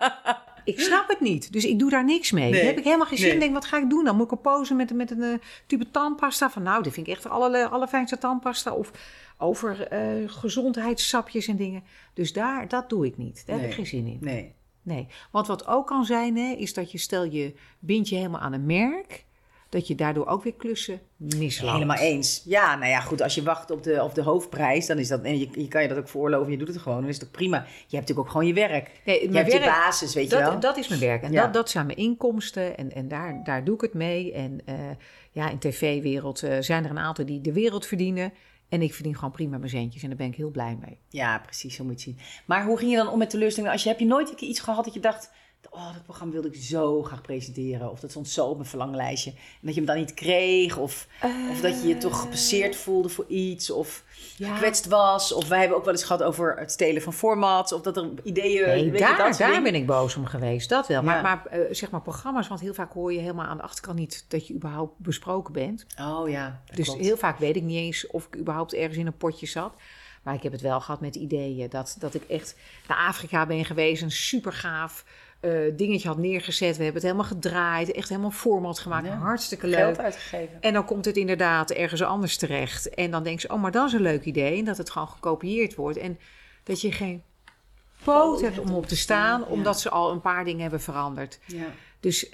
Speaker 2: Ik snap het niet, dus ik doe daar niks mee. Nee, heb ik helemaal geen zin in. Denk, wat ga ik doen dan? Moet ik op posen met een tube tandpasta? Van nou, dit vind ik echt allerfijnste tandpasta. Of over gezondheidssapjes en dingen. Dus dat doe ik niet. Daar heb ik geen zin in. Nee. Want wat ook kan zijn, is dat je bindt je helemaal aan een merk... dat je daardoor ook weer klussen misloopt.
Speaker 1: Helemaal eens. Ja, nou ja, goed. Als je wacht op de hoofdprijs, dan is dat... En je kan je dat ook veroorloven, je doet het gewoon. Dan is het ook prima. Je hebt natuurlijk ook gewoon je werk. Je hebt je basis, weet je wel.
Speaker 2: Dat is mijn werk. En dat zijn mijn inkomsten. En daar doe ik het mee. En in tv-wereld zijn er een aantal die de wereld verdienen. En ik verdien gewoon prima mijn centjes. En daar ben ik heel blij mee.
Speaker 1: Ja, precies. Zo moet je het zien. Maar hoe ging je dan om met teleurstellingen? Heb je nooit iets gehad dat je dacht... dat programma wilde ik zo graag presenteren. Of dat stond zo op mijn verlanglijstje. En dat je hem dan niet kreeg. Of dat je je toch gepasseerd voelde voor iets. Of gekwetst was. Of wij hebben ook wel eens gehad over het stelen van formats. Of dat er ideeën...
Speaker 2: Nee, daar ben ik boos om geweest. Dat wel. Ja. Maar zeg maar programma's. Want heel vaak hoor je helemaal aan de achterkant niet... dat je überhaupt besproken bent.
Speaker 1: Oh ja,
Speaker 2: dus klopt. Heel vaak weet ik niet eens of ik überhaupt ergens in een potje zat. Maar ik heb het wel gehad met ideeën. Dat ik echt naar Afrika ben geweest. Een super gaaf... dingetje had neergezet. We hebben het helemaal gedraaid. Echt helemaal format gemaakt. Ja, hartstikke leuk.
Speaker 1: Geld uitgegeven.
Speaker 2: En dan komt het inderdaad ergens anders terecht. En dan denk je, maar dat is een leuk idee. En dat het gewoon gekopieerd wordt. En dat je geen poot hebt om op te staan. Omdat ze al een paar dingen hebben veranderd. Ja. Dus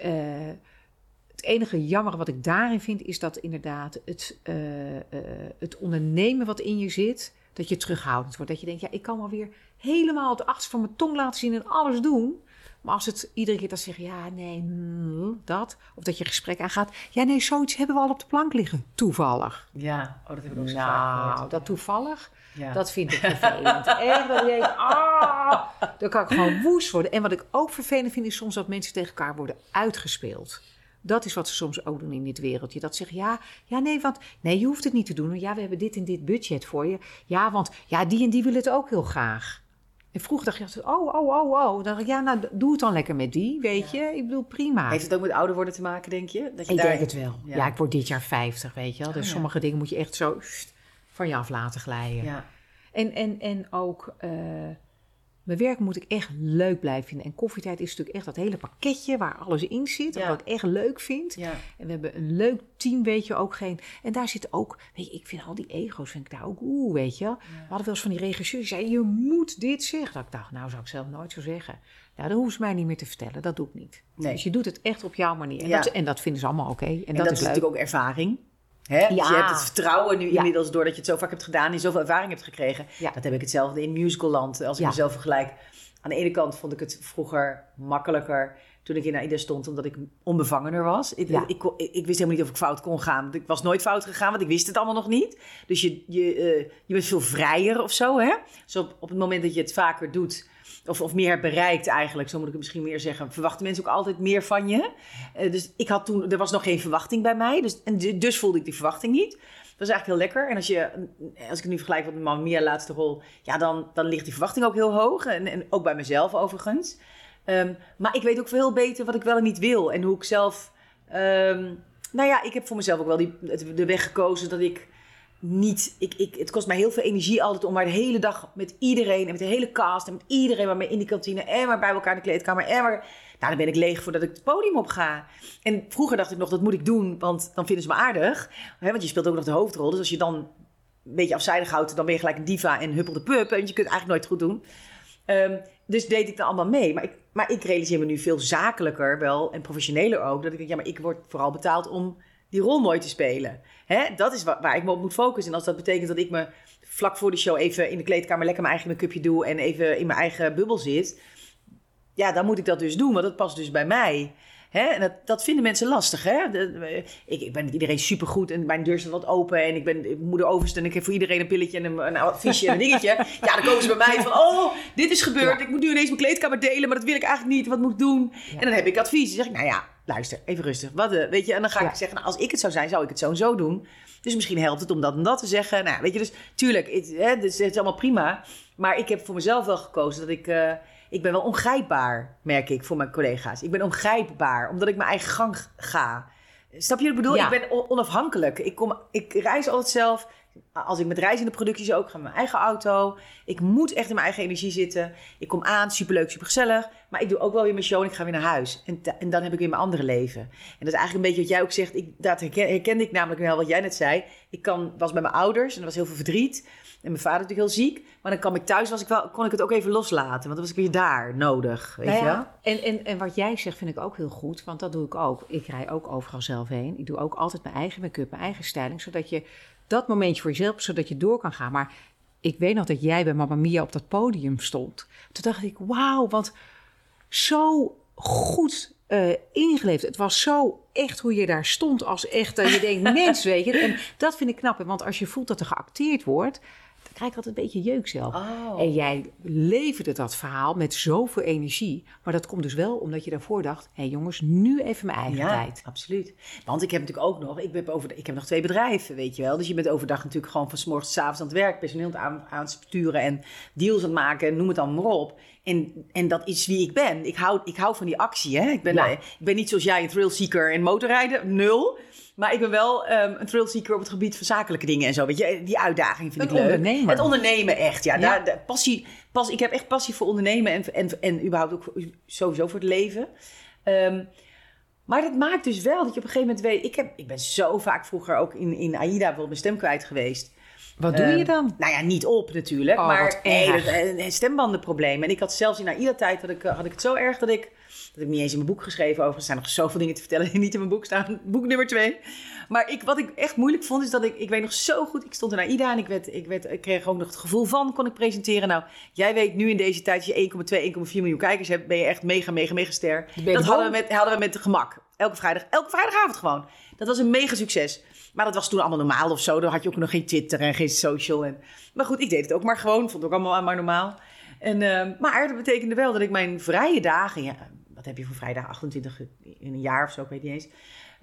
Speaker 2: het enige jammer wat ik daarin vind... is dat inderdaad het ondernemen wat in je zit... dat je terughoudend wordt. Dat je denkt, ik kan wel weer helemaal het achterste van mijn tong laten zien... en alles doen... Maar als het iedere keer dat zeggen, dat. Of dat je gesprek aangaat. Ja, nee, zoiets hebben we al op de plank liggen. Toevallig.
Speaker 1: Ja, dat heb ik ook zo
Speaker 2: vaak gehoord. Dat toevallig, dat vind ik vervelend. Echt, dat ik denk, dan kan ik gewoon woest worden. En wat ik ook vervelend vind, is soms dat mensen tegen elkaar worden uitgespeeld. Dat is wat ze soms ook doen in dit wereldje. Dat zeggen, nee, je hoeft het niet te doen. Ja, we hebben dit en dit budget voor je. Ja, want die en die willen het ook heel graag. En vroeger dacht je, Dan dacht ik, doe het dan lekker met die, weet je. Ik bedoel, prima.
Speaker 1: Heeft het ook met ouder worden te maken, denk je?
Speaker 2: Ik denk het wel. Ja, ik word dit jaar 50, weet je wel. Dus sommige dingen moet je echt zo van je af laten glijden. Ja. En ook, mijn werk moet ik echt leuk blijven vinden. En Koffietijd is natuurlijk echt dat hele pakketje waar alles in zit. Ja. Wat ik echt leuk vind. Ja. En we hebben een leuk team, weet je, ook geen... En daar zit ook, weet je, ik vind al die ego's, vind ik daar ook, weet je. We hadden wel eens van die regisseurs, die zei, je moet dit zeggen. Dat ik dacht, nou zou ik zelf nooit zo zeggen. Ja, dat hoeven ze mij niet meer te vertellen, dat doe ik niet. Nee. Dus je doet het echt op jouw manier. En dat vinden ze allemaal oké. En dat is
Speaker 1: natuurlijk ook ervaring. Hè? Dus je hebt het vertrouwen nu inmiddels, doordat je het zo vaak hebt gedaan... en zoveel ervaring hebt gekregen. Ja. Dat heb ik hetzelfde in musicalland, als ik mezelf vergelijk. Aan de ene kant vond ik het vroeger makkelijker... toen ik in AIDA stond, omdat ik onbevangener was. Ik wist helemaal niet of ik fout kon gaan. Ik was nooit fout gegaan, want ik wist het allemaal nog niet. Dus je bent veel vrijer of zo. Hè? Dus op het moment dat je het vaker doet... Of meer hebt bereikt eigenlijk, zo moet ik het misschien meer zeggen... verwachten mensen ook altijd meer van je. Dus ik had toen... Er was nog geen verwachting bij mij. Dus voelde ik die verwachting niet. Dat is eigenlijk heel lekker. En als ik het nu vergelijk met Mamma Mia laatste rol... Ja, dan ligt die verwachting ook heel hoog. En ook bij mezelf overigens. Maar ik weet ook veel beter wat ik wel en niet wil. En hoe ik zelf... ik heb voor mezelf ook wel de weg gekozen dat ik... Het kost mij heel veel energie altijd om maar de hele dag met iedereen... en met de hele cast en met iedereen maar mee in die kantine... en maar bij elkaar in de kleedkamer en maar... dan ben ik leeg voordat ik het podium op ga. En vroeger dacht ik nog, dat moet ik doen, want dan vinden ze me aardig. Want je speelt ook nog de hoofdrol. Dus als je dan een beetje afzijdig houdt... dan ben je gelijk een diva en huppel de pup. En je kunt het eigenlijk nooit goed doen. Dus deed ik dan allemaal mee. Maar ik realiseer me nu veel zakelijker wel en professioneler ook... dat ik denk, maar ik word vooral betaald om... die rol mooi te spelen. Hè? Dat is waar ik me op moet focussen. En als dat betekent dat ik me vlak voor de show even in de kleedkamer lekker mijn eigen make-upje doe en even in mijn eigen bubbel zit, ja, dan moet ik dat dus doen, want dat past dus bij mij. Hè? En dat vinden mensen lastig. Hè? Ik ben met iedereen supergoed en mijn deur staat wat open en ik ben moeder overste en ik heb voor iedereen een pilletje en een adviesje en een dingetje. Ja, dan komen ze bij mij van, dit is gebeurd. Ik moet nu ineens mijn kleedkamer delen, maar dat wil ik eigenlijk niet. Wat moet ik doen? Ja. En dan heb ik advies. Dan zeg ik, luister, even rustig. Weet je? En dan ga ik zeggen, als ik het zou zijn, zou ik het zo en zo doen. Dus misschien helpt het om dat en dat te zeggen. Nou, weet je, dus tuurlijk, het is allemaal prima. Maar ik heb voor mezelf wel gekozen dat ik ben wel ongrijpbaar, merk ik, voor mijn collega's. Ik ben ongrijpbaar, omdat ik mijn eigen gang ga. Snap je wat ik bedoel? Ja. Ik ben onafhankelijk. Ik reis altijd zelf. Als ik met reizende producties ook ga met mijn eigen auto. Ik moet echt in mijn eigen energie zitten. Ik kom aan, superleuk, supergezellig. Maar ik doe ook wel weer mijn show en ik ga weer naar huis. En dan heb ik weer mijn andere leven. En dat is eigenlijk een beetje wat jij ook zegt. Dat herkende ik namelijk wel wat jij net zei. Was bij mijn ouders en er was heel veel verdriet. En mijn vader natuurlijk heel ziek. Maar dan kwam ik thuis, kon ik het ook even loslaten. Want dan was ik weer daar nodig. Weet je wel?
Speaker 2: En wat jij zegt vind ik ook heel goed. Want dat doe ik ook. Ik rij ook overal zelf heen. Ik doe ook altijd mijn eigen make-up, mijn eigen styling. Zodat je dat momentje voor jezelf, zodat je door kan gaan. Maar ik weet nog dat jij bij Mamma Mia op dat podium stond. Toen dacht ik, wauw, want zo goed ingeleefd. Het was zo echt hoe je daar stond als echt, dat je denkt, mens, weet je. En dat vind ik knap, want als je voelt dat er geacteerd wordt, dan krijg ik altijd een beetje jeuk zelf.
Speaker 1: Oh.
Speaker 2: En jij leverde dat verhaal met zoveel energie. Maar dat komt dus wel omdat je daarvoor dacht, hé jongens, nu even mijn eigen tijd.
Speaker 1: Absoluut. Want ik heb natuurlijk ook nog, ik heb nog 2 bedrijven, weet je wel. Dus je bent overdag natuurlijk gewoon van 's morgens 's avonds aan het werk, personeel aan het sturen en deals aan het maken en noem het dan maar op. En dat is wie ik ben. Ik hou van die actie. Hè? Ik ben niet zoals jij een thrillseeker in motorrijden, 0. Maar ik ben wel een thrillseeker op het gebied van zakelijke dingen en zo. Weet je, die uitdaging vind ik leuk.
Speaker 2: Ondernemen.
Speaker 1: Het ondernemen echt, ja. Passie, ik heb echt passie voor ondernemen en überhaupt ook sowieso voor het leven. Maar dat maakt dus wel dat je op een gegeven moment weet. Ik ben zo vaak vroeger ook in AIDA bijvoorbeeld mijn stem kwijt geweest.
Speaker 2: Wat doe je dan?
Speaker 1: Nou ja, niet op natuurlijk. Maar een stembandenprobleem. En ik had zelfs in AIDA-tijd had ik het zo erg dat ik niet eens in mijn boek geschreven over. Er zijn nog zoveel dingen te vertellen die niet in mijn boek staan. Boek nummer 2. Maar wat ik echt moeilijk vond is dat ik weet nog zo goed. Ik stond in AIDA en ik kreeg ook nog het gevoel van, kon ik presenteren. Nou, jij weet nu in deze tijd, als je 1,2, 1,4 miljoen kijkers hebt, ben je echt mega ster. Dat hadden we met gemak. Elke vrijdagavond gewoon. Dat was een mega succes. Maar dat was toen allemaal normaal of zo. Dan had je ook nog geen Twitter en geen social. Maar goed, ik deed het ook maar gewoon. Vond het ook allemaal maar normaal. Maar dat betekende wel dat ik mijn vrije dagen... Ja, wat heb je voor vrijdag? 28 in een jaar of zo, ik weet niet eens.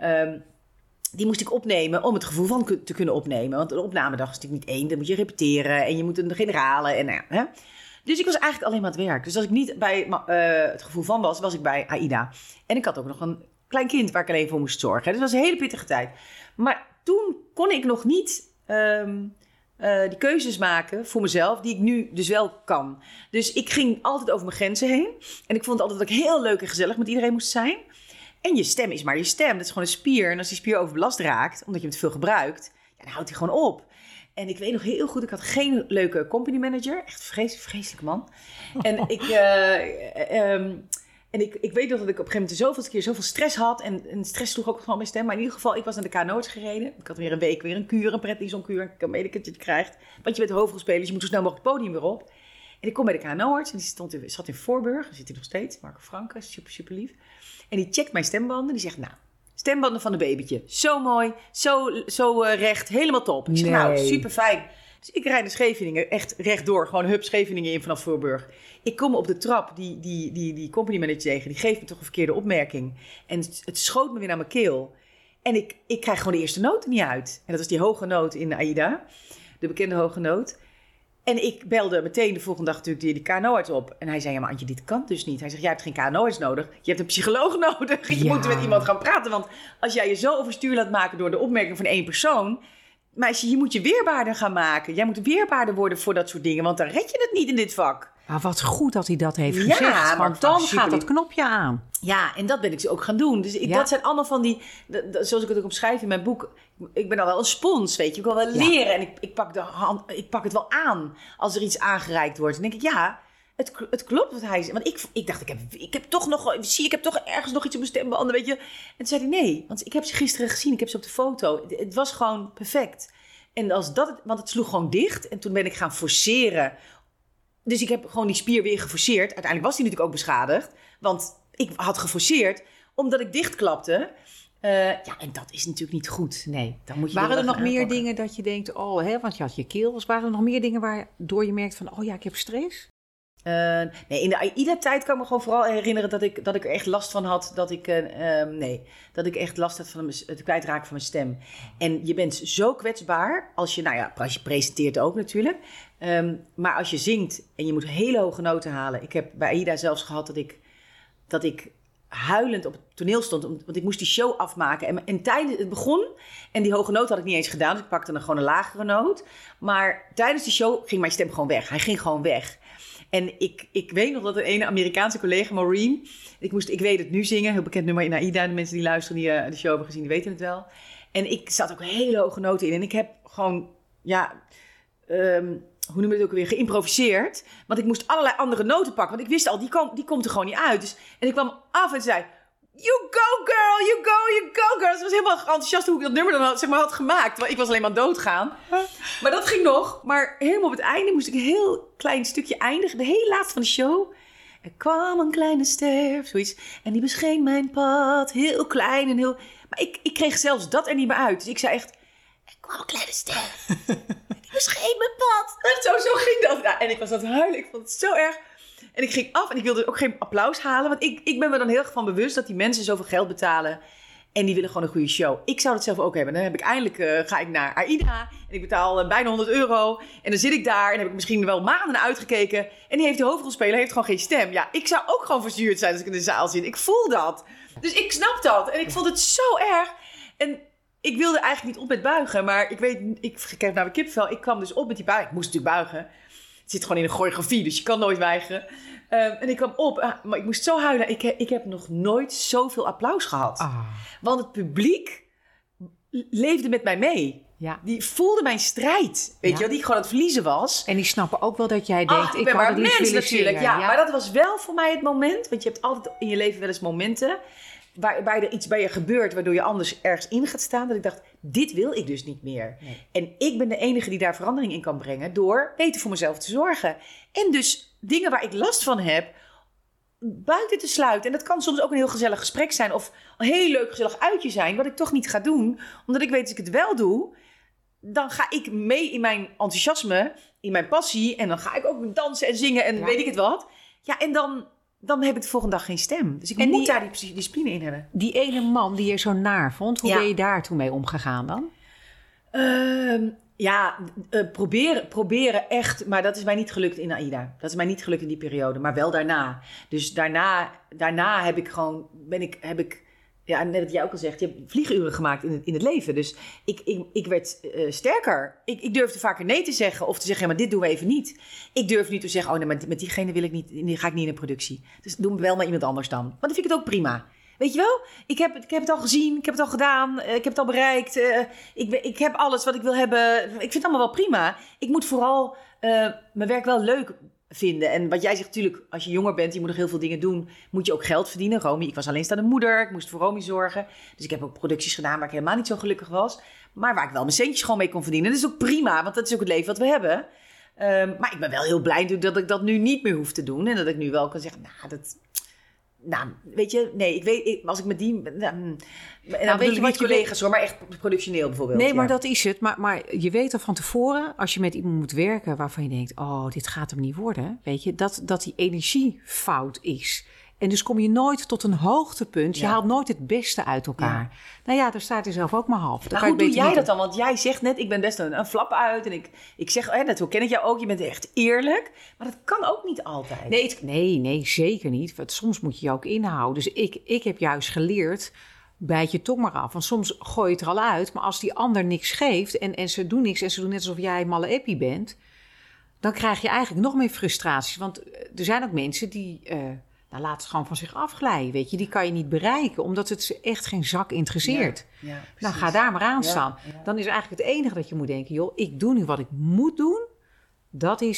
Speaker 1: Die moest ik opnemen om het gevoel van te kunnen opnemen. Want een opnamedag is natuurlijk niet 1. Dan moet je repeteren en je moet een generale. Hè? Dus ik was eigenlijk alleen maar aan het werk. Dus als ik niet bij het gevoel van was ik bij AIDA. En ik had ook nog een klein kind waar ik alleen voor moest zorgen. Dus dat was een hele pittige tijd. Maar toen kon ik nog niet die keuzes maken voor mezelf, die ik nu dus wel kan. Dus ik ging altijd over mijn grenzen heen. En ik vond altijd dat ik heel leuk en gezellig met iedereen moest zijn. En je stem is maar je stem. Dat is gewoon een spier. En als die spier overbelast raakt, omdat je het veel gebruikt, dan houdt hij gewoon op. En ik weet nog heel goed, ik had geen leuke company manager. Echt vreselijk man. En ik weet nog dat ik op een gegeven moment zoveel stress had. En stress sloeg ook gewoon mijn stem. Maar in ieder geval, ik was naar de KNO's gereden. Ik had weer een week, weer een kuur, een Prednison-kuur. Ik weet niet dat je het krijgt. Want je bent hoofdrolspeler, dus je moet zo snel mogelijk het podium weer op. En ik kom bij de KNO-arts en die zat in Voorburg. Daar zit hij nog steeds, Marco Franke, super lief. En die checkt mijn stembanden. Die zegt, nou, stembanden van een babytje. Zo mooi, zo recht, helemaal top. Ik zeg, nou, super fijn. Dus ik rijd naar Scheveningen, echt rechtdoor. Gewoon hup, Scheveningen in vanaf Voorburg. Ik kom op de trap, die company manager tegen. Die geeft me toch een verkeerde opmerking. En het schoot me weer naar mijn keel. En ik krijg gewoon de eerste noot niet uit. En dat was die hoge noot in AIDA. De bekende hoge noot. En ik belde meteen de volgende dag natuurlijk die KNO-arts op. En hij zei, ja maar Antje, dit kan dus niet. Hij zegt, jij hebt geen KNO-arts nodig. Je hebt een psycholoog nodig. Je moet met iemand gaan praten. Want als jij je zo overstuur laat maken door de opmerking van 1 persoon... Meisje, je moet je weerbaarder gaan maken. Jij moet weerbaarder worden voor dat soort dingen. Want dan red je het niet in dit vak.
Speaker 2: Maar wat goed dat hij dat heeft gezegd. Want dan gaat dat knopje aan.
Speaker 1: Ja, en dat ben ik ook gaan doen. Dus dat zijn allemaal van die... Zoals ik het ook omschrijf in mijn boek. Ik ben al wel een spons, weet je. Ik wil wel leren. En ik pak het wel aan als er iets aangereikt wordt. En denk ik, ja... het klopt wat hij zei. Want ik dacht, ik heb toch ergens nog iets op mijn stembanden, weet je. En toen zei hij, nee, want ik heb ze gisteren gezien. Ik heb ze op de foto. Het was gewoon perfect. En want het sloeg gewoon dicht. En toen ben ik gaan forceren. Dus ik heb gewoon die spier weer geforceerd. Uiteindelijk was die natuurlijk ook beschadigd. Want ik had geforceerd omdat ik dichtklapte. En dat is natuurlijk niet goed. Nee, dan moet je
Speaker 2: waren er nog meer dingen dat je denkt, want je had je keel. Waren er nog meer dingen waardoor je merkt van, ik heb stress?
Speaker 1: Nee, in de AIDA-tijd kan ik me gewoon vooral herinneren dat ik er echt last van had. Dat ik echt last had van het kwijtraken van mijn stem. En je bent zo kwetsbaar als je presenteert ook natuurlijk. Maar als je zingt en je moet hele hoge noten halen. Ik heb bij AIDA zelfs gehad dat ik huilend op het toneel stond. Want ik moest die show afmaken. En tijdens het begon, en die hoge noot had ik niet eens gedaan. Dus ik pakte dan gewoon een lagere noot. Maar tijdens die show ging mijn stem gewoon weg. Hij ging gewoon weg. En ik weet nog dat een ene Amerikaanse collega, Maureen... Ik weet het nu zingen, heel bekend nummer in AIDA. De mensen die luisteren, die de show hebben gezien, die weten het wel. En ik zat ook hele hoge noten in. En ik heb gewoon, hoe noem je het ook weer, geïmproviseerd. Want ik moest allerlei andere noten pakken. Want ik wist al, die komt er gewoon niet uit. Dus, en ik kwam af en zei... You go girl, you go girl. Ze was helemaal enthousiast hoe ik dat nummer dan had gemaakt. Want ik was alleen maar doodgaan. Maar dat ging nog. Maar helemaal op het einde moest ik een heel klein stukje eindigen. De hele laatste van de show. Er kwam een kleine ster, zoiets. En die bescheen mijn pad. Heel klein en heel... Maar ik kreeg zelfs dat er niet meer uit. Dus ik zei echt... Er kwam een kleine ster. Die bescheen mijn pad. Echt zo ging dat. Ja, en ik was aan het huilen. Ik vond het zo erg... En ik ging af en ik wilde ook geen applaus halen. Want ik ben me dan heel erg van bewust dat die mensen zoveel geld betalen. En die willen gewoon een goede show. Ik zou dat zelf ook hebben. Dan heb ik eindelijk, ga ik naar AIDA. En ik betaal bijna €100. En dan zit ik daar en heb ik misschien wel maanden uitgekeken. En die hoofdrolspeler heeft gewoon geen stem. Ja, ik zou ook gewoon verzuurd zijn als ik in de zaal zit. Ik voel dat. Dus ik snap dat. En ik vond het zo erg. En ik wilde eigenlijk niet op met buigen. Maar ik kreeg naar mijn kippenvel. Ik kwam dus op met die buiging. Ik moest natuurlijk buigen. Het zit gewoon in een choreografie, dus je kan nooit weigeren. En ik kwam op, maar ik moest zo huilen. Ik heb nog nooit zoveel applaus gehad. Want het publiek leefde met mij mee. Ja. Die voelde mijn strijd, weet je wel, die ik gewoon aan het verliezen was.
Speaker 2: En die snappen ook wel dat jij denkt,
Speaker 1: ik kan het liefst willen zingen. Ja, maar dat was wel voor mij het moment. Want je hebt altijd in je leven wel eens momenten... Waarbij er iets bij je gebeurt, waardoor je anders ergens in gaat staan. Dat ik dacht, dit wil ik dus niet meer. Nee. En ik ben de enige die daar verandering in kan brengen... door beter voor mezelf te zorgen. En dus dingen waar ik last van heb, buiten te sluiten. En dat kan soms ook een heel gezellig gesprek zijn... of een heel leuk gezellig uitje zijn... wat ik toch niet ga doen. Omdat ik weet, als ik het wel doe... dan ga ik mee in mijn enthousiasme, in mijn passie... en dan ga ik ook dansen en zingen en weet ik het wat. Ja, en dan heb ik de volgende dag geen stem. Dus ik moet daar die discipline in hebben.
Speaker 2: Die ene man die je zo naar vond, hoe ben je daar toen mee omgegaan dan?
Speaker 1: Proberen echt. Maar dat is mij niet gelukt in AIDA. Dat is mij niet gelukt in die periode. Maar wel daarna. Dus daarna heb ik gewoon... Ja, net wat jij ook al zegt, je hebt vlieguren gemaakt in het leven. Dus ik werd sterker. Ik durfde vaker nee te zeggen. Of te zeggen, maar dit doen we even niet. Ik durf niet te zeggen, nee, maar met diegene wil ik niet, die ga ik niet in de productie. Dus doe me wel maar iemand anders dan. Want dan vind ik het ook prima. Weet je wel? Ik heb het al gezien, ik heb het al gedaan, ik heb het al bereikt. Ik heb alles wat ik wil hebben. Ik vind het allemaal wel prima. Ik moet vooral mijn werk wel leuk vinden. En wat jij zegt, natuurlijk, als je jonger bent, je moet nog heel veel dingen doen, moet je ook geld verdienen. Romy, ik was alleenstaande moeder, ik moest voor Romy zorgen. Dus ik heb ook producties gedaan waar ik helemaal niet zo gelukkig was. Maar waar ik wel mijn centjes gewoon mee kon verdienen. Dat is ook prima, want dat is ook het leven wat we hebben. Maar ik ben wel heel blij dat ik dat nu niet meer hoef te doen. En dat ik nu wel kan zeggen, weet je, nee, als ik met die... weet je wat collega's hoor, maar echt productioneel bijvoorbeeld.
Speaker 2: Nee, maar dat is het. Maar je weet al van tevoren, als je met iemand moet werken waarvan je denkt, dit gaat hem niet worden. Weet je, dat die energie fout is. En dus kom je nooit tot een hoogtepunt. Je haalt nooit het beste uit elkaar. Ja. Nou ja, daar staat hij zelf ook maar half.
Speaker 1: Maar hoe doe jij dat dan? Want jij zegt net, ik ben best een flap uit. En ik zeg, dat ken ik jou ook. Je bent echt eerlijk. Maar dat kan ook niet altijd.
Speaker 2: Nee, zeker niet. Want soms moet je je ook inhouden. Dus ik heb juist geleerd, bijt je tong maar af. Want soms gooi je het er al uit. Maar als die ander niks geeft en ze doen niks... en ze doen net alsof jij malle eppie bent... dan krijg je eigenlijk nog meer frustraties. Want er zijn ook mensen die... laat het gewoon van zich afglijden, weet je. Die kan je niet bereiken, omdat het ze echt geen zak interesseert. Ja, nou, ga daar maar aan staan. Ja. Dan is eigenlijk het enige dat je moet denken, joh, ik doe nu wat ik moet doen. Dat is het.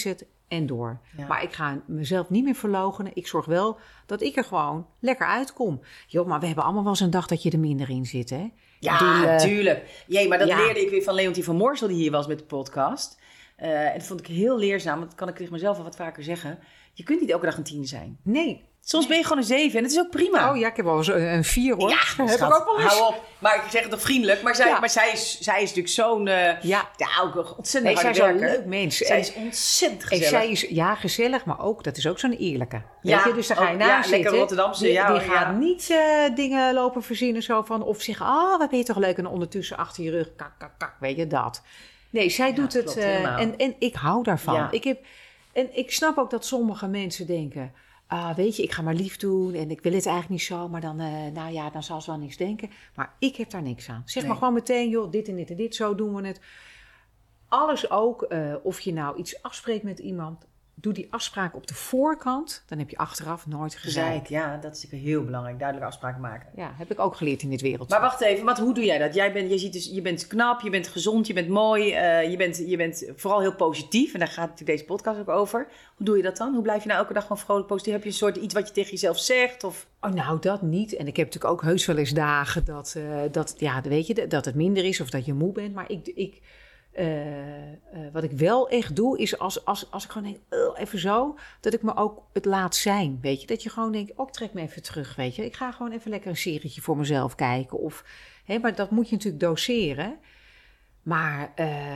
Speaker 2: en door.
Speaker 1: Ja.
Speaker 2: Maar ik ga mezelf niet meer verloochenen. Ik zorg wel dat ik er gewoon lekker uitkom. Joh, maar we hebben allemaal wel eens een dag dat je er minder in zit, hè?
Speaker 1: Ja, tuurlijk. Jee, maar dat leerde ik weer van Leontien van Moorsel, die hier was met de podcast. En dat vond ik heel leerzaam. Dat kan ik tegen mezelf al wat vaker zeggen. Je kunt niet elke dag een 10 zijn.
Speaker 2: Nee.
Speaker 1: Soms ben je gewoon een 7 en dat is ook prima.
Speaker 2: Oh ja, ik heb wel eens een 4 hoor.
Speaker 1: Ja,
Speaker 2: heb ik ook wel eens.
Speaker 1: Hou op. Maar ik zeg het toch vriendelijk. Maar zij is natuurlijk zo'n... ook ontzettend
Speaker 2: zij is
Speaker 1: harde
Speaker 2: een
Speaker 1: werker.
Speaker 2: leuk mens.
Speaker 1: Zij is ontzettend gezellig.
Speaker 2: En zij is, gezellig, maar ook, dat is ook zo'n eerlijke.
Speaker 1: Ja,
Speaker 2: weet je? Dus daar ga je naast zitten.
Speaker 1: lekker Rotterdamse.
Speaker 2: Die gaat niet dingen lopen verzinnen zo van... Of zeggen, wat ben je toch leuk. En ondertussen achter je rug, kak, weet je dat. Nee, zij doet het. En ik hou daarvan.
Speaker 1: Ja.
Speaker 2: Ik snap ook dat sommige mensen denken... weet je, ik ga maar lief doen en ik wil het eigenlijk niet zo, maar dan, dan zal ze wel niks denken. Maar ik heb daar niks aan. Zeg maar gewoon meteen, joh, dit en dit en dit, zo doen we het. Alles ook, of je nou iets afspreekt met iemand, doe die afspraak op de voorkant. Dan heb je achteraf nooit gezeik.
Speaker 1: Ja, dat is natuurlijk heel belangrijk, duidelijke afspraken maken.
Speaker 2: Ja, heb ik ook geleerd in dit wereldje.
Speaker 1: Maar wacht even, hoe doe jij dat? Je bent knap, je bent gezond, je bent mooi, je bent vooral heel positief. En daar gaat natuurlijk deze podcast ook over. Hoe doe je dat dan? Hoe blijf je nou elke dag gewoon vrolijk positief? Heb je een soort iets wat je tegen jezelf zegt? Of?
Speaker 2: Oh, nou, dat niet. En ik heb natuurlijk ook heus wel eens dagen dat het minder is of dat je moe bent. Maar wat ik wel echt doe, is als ik gewoon denk, even zo, dat ik me ook het laat zijn, weet je. Dat je gewoon denkt, ik trek me even terug, weet je. Ik ga gewoon even lekker een serietje voor mezelf kijken. Maar dat moet je natuurlijk doseren. Maar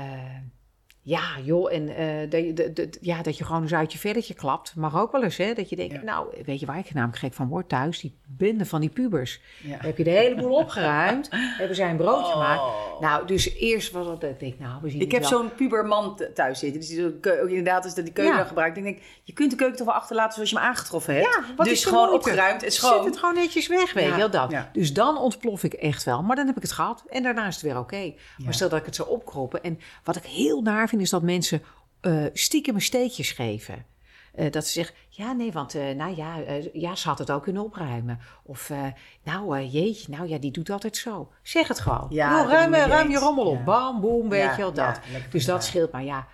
Speaker 2: dat je gewoon eens uit je velletje klapt. Mag ook wel eens, hè. Dat je denkt, weet je waar ik namelijk gek van word thuis? Die bende van die pubers. Ja. Dan heb je de hele boel opgeruimd. Hebben zij een brood gemaakt. Nou, dus eerst was dat, ik denk, we zien.
Speaker 1: Ik heb zo'n puberman thuis zitten. Dus die ook inderdaad is dat die keuken dan gebruikt. Ik denk, je kunt de keuken toch wel achterlaten zoals je hem aangetroffen hebt. Ja, dus gewoon opgeruimd en schoon.
Speaker 2: Zet het gewoon netjes weg, weet je dat. Ja. Dus dan ontplof ik echt wel. Maar dan heb ik het gehad. En daarna is het weer oké. Ja. Maar stel dat ik het zou opkroppen. En wat ik heel naar vind, is dat mensen stiekem steekjes geven. Dat ze zeggen, ze had het ook kunnen opruimen. Of, jeetje, die doet altijd zo. Zeg het gewoon. Ja, ruim je rommel op. Bam, boem, weet je wel, dat. Dus dat scheelt. Maar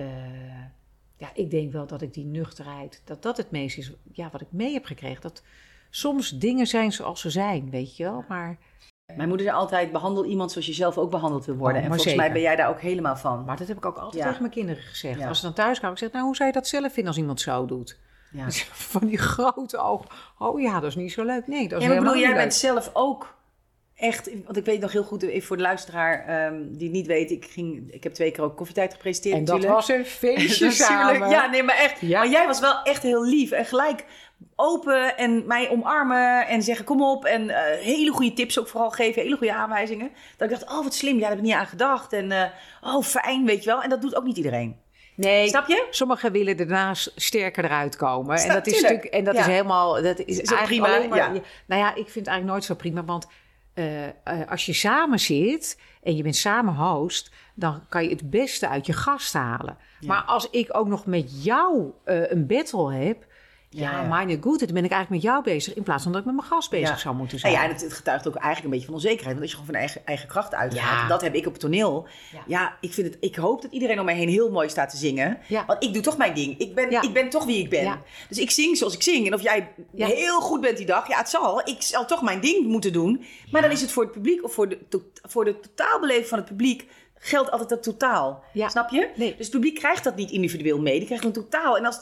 Speaker 2: ik denk wel dat ik die nuchterheid, dat het meest is, wat ik mee heb gekregen. Dat soms dingen zijn zoals ze zijn, weet je wel. Maar
Speaker 1: mijn moeder zei altijd, behandel iemand zoals je zelf ook behandeld wil worden. En volgens mij ben jij daar ook helemaal van.
Speaker 2: Maar dat heb ik ook altijd tegen mijn kinderen gezegd. Ja. Als ze dan thuis kwamen, ik zeg, hoe zou je dat zelf vinden als iemand zo doet? Ja. Van die grote ogen. Oh ja, dat is niet zo leuk. Nee, dat is helemaal niet leuk.
Speaker 1: Jij bent zelf ook echt, want ik weet nog heel goed, even voor de luisteraar die het niet weet, ik heb 2 keer ook Koffietijd gepresenteerd.
Speaker 2: En
Speaker 1: natuurlijk.
Speaker 2: Dat was een feestje samen.
Speaker 1: Ja, nee, maar echt. Ja. Maar jij was wel echt heel lief en gelijk open en mij omarmen en zeggen kom op en hele goede tips ook vooral geven, hele goede aanwijzingen. Dat ik dacht, wat slim, daar heb ik niet aan gedacht en fijn, weet je wel. En dat ik niet iedereen.
Speaker 2: Nee,
Speaker 1: snap je?
Speaker 2: Sommigen willen daarnaast sterker eruit komen. En dat is natuurlijk, en dat is helemaal, dat is eigenlijk
Speaker 1: prima.
Speaker 2: Maar, ik vind het eigenlijk nooit zo prima, want als je samen zit en je bent samen host, dan kan je het beste uit je gast halen. Ja. Maar als ik ook nog met jou een battle heb, mijn goed, dan ben ik eigenlijk met jou bezig in plaats van dat ik met mijn gast bezig zou moeten zijn.
Speaker 1: Ja, en het getuigt ook eigenlijk een beetje van onzekerheid. Want als je gewoon van eigen kracht uitgaat, dat heb ik op het toneel. Ja, ik hoop dat iedereen om mij heen heel mooi staat te zingen. Ja. Want ik doe toch mijn ding. Ik ben toch wie ik ben. Ja. Dus ik zing zoals ik zing. En of jij heel goed bent die dag, ik zal toch mijn ding moeten doen. Maar dan is het voor het publiek of voor de totaalbeleving van het publiek geldt altijd het totaal. Ja. Snap je? Nee. Dus het publiek krijgt dat niet individueel mee. Die krijgt een totaal. En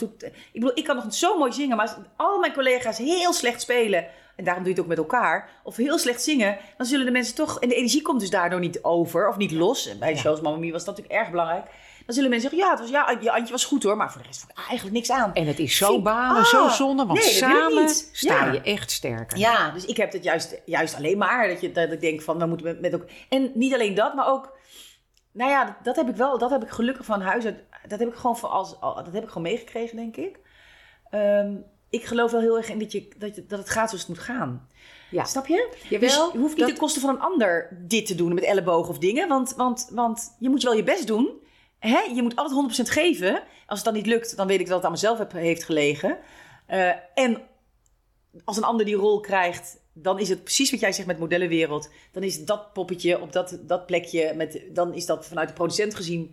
Speaker 1: ik kan nog zo mooi zingen, maar als al mijn collega's heel slecht spelen, en daarom doe je het ook met elkaar, of heel slecht zingen, dan zullen de mensen toch, en de energie komt dus daardoor niet over, of niet los. En bij shows Mamma Mia was dat natuurlijk erg belangrijk. Dan zullen mensen zeggen, je Antje was goed hoor, maar voor de rest vond ik eigenlijk niks aan.
Speaker 2: En het is zo balen, zo zonde, want samen sta je echt sterker.
Speaker 1: Ja, dus ik heb het juist alleen maar, dat ik denk van, we moeten met ook. En niet alleen dat, maar ook, dat heb ik wel, dat heb ik gelukkig van huis uit, dat heb ik gewoon meegekregen, denk ik. Ik geloof wel heel erg in dat het gaat zoals het moet gaan. Ja. Snap je? Jawel, dus je hoeft niet ten koste van een ander dit te doen met ellebogen of dingen, want je moet wel je best doen. Je moet altijd 100% geven. Als het dan niet lukt, dan weet ik dat het aan mezelf heeft gelegen. En als een ander die rol krijgt, dan is het precies wat jij zegt met modellenwereld. Dan is dat poppetje op dat plekje, dan is dat vanuit de producent gezien,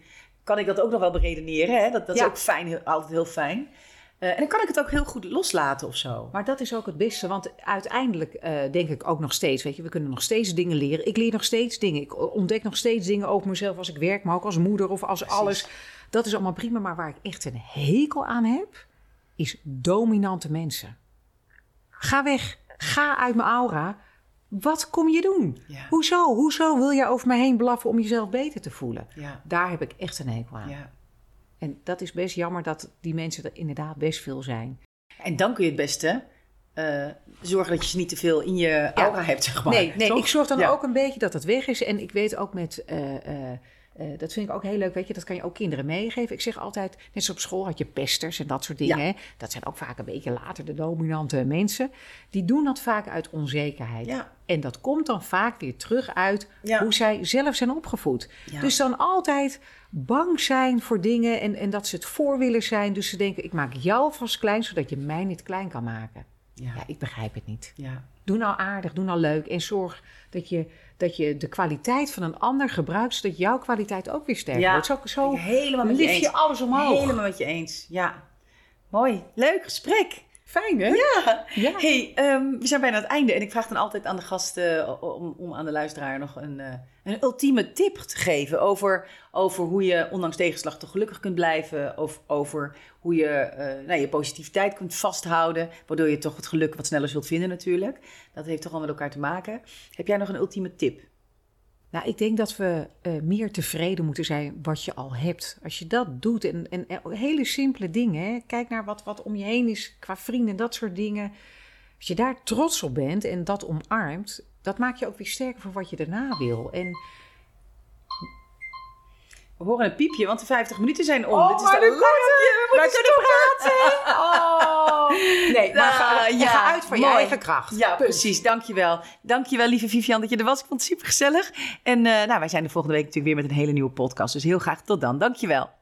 Speaker 1: kan ik dat ook nog wel beredeneren. Hè? Dat is ook fijn, altijd heel fijn. En dan kan ik het ook heel goed loslaten of zo.
Speaker 2: Maar dat is ook het beste, want uiteindelijk denk ik ook nog steeds, weet je, we kunnen nog steeds dingen leren. Ik leer nog steeds dingen. Ik ontdek nog steeds dingen over mezelf als ik werk, maar ook als moeder of als alles. Dat is allemaal prima, maar waar ik echt een hekel aan heb, is dominante mensen. Ga weg. Ga uit mijn aura. Wat kom je doen?
Speaker 1: Ja.
Speaker 2: Hoezo wil jij over mij heen blaffen om jezelf beter te voelen?
Speaker 1: Ja.
Speaker 2: Daar heb ik echt een hekel aan.
Speaker 1: Ja.
Speaker 2: En dat is best jammer dat die mensen er inderdaad best veel zijn.
Speaker 1: En dan kun je het beste zorgen dat je ze niet te veel in je aura hebt, zeg maar.
Speaker 2: Nee, ik zorg dan ook een beetje dat het weg is. En ik weet ook met... dat vind ik ook heel leuk, weet je, dat kan je ook kinderen meegeven. Ik zeg altijd, net zoals op school had je pesters en dat soort dingen. Hè? Dat zijn ook vaak een beetje later de dominante mensen. Die doen dat vaak uit onzekerheid. Ja. En dat komt dan vaak weer terug uit hoe zij zelf zijn opgevoed. Ja. Dus dan altijd bang zijn voor dingen en dat ze het voor willen zijn. Dus ze denken, ik maak jou vast klein, zodat je mij niet klein kan maken. Ja, ik begrijp het niet. Ja. Doe nou aardig, doe nou leuk en zorg dat je de kwaliteit van een ander gebruikt, zodat jouw kwaliteit ook weer sterker wordt. Zo
Speaker 1: helemaal met je eens.
Speaker 2: Je alles omhoog.
Speaker 1: Helemaal met je eens, ja. Mooi, leuk gesprek.
Speaker 2: Fijn, hè?
Speaker 1: Ja. Hey, we zijn bijna aan het einde en ik vraag dan altijd aan de gasten om aan de luisteraar nog een ultieme tip te geven over hoe je ondanks tegenslag toch gelukkig kunt blijven. Of over hoe je je positiviteit kunt vasthouden, waardoor je toch het geluk wat sneller zult vinden natuurlijk. Dat heeft toch al met elkaar te maken. Heb jij nog een ultieme tip?
Speaker 2: Nou, ik denk dat we meer tevreden moeten zijn wat je al hebt. Als je dat doet en hele simpele dingen. Hè? Kijk naar wat om je heen is qua vrienden, dat soort dingen. Als je daar trots op bent en dat omarmt, dat maakt je ook weer sterker voor wat je daarna wil. En
Speaker 1: we horen een piepje, want de 50 minuten zijn om.
Speaker 2: Oh,
Speaker 1: dit is
Speaker 2: maar
Speaker 1: we kunnen praten.
Speaker 2: Oh. Nee, maar je gaat uit van je eigen kracht.
Speaker 1: Ja, precies. Dankjewel. Dankjewel, lieve Vivian, dat je er was. Ik vond het super gezellig. En wij zijn de volgende week natuurlijk weer met een hele nieuwe podcast. Dus heel graag tot dan. Dankjewel.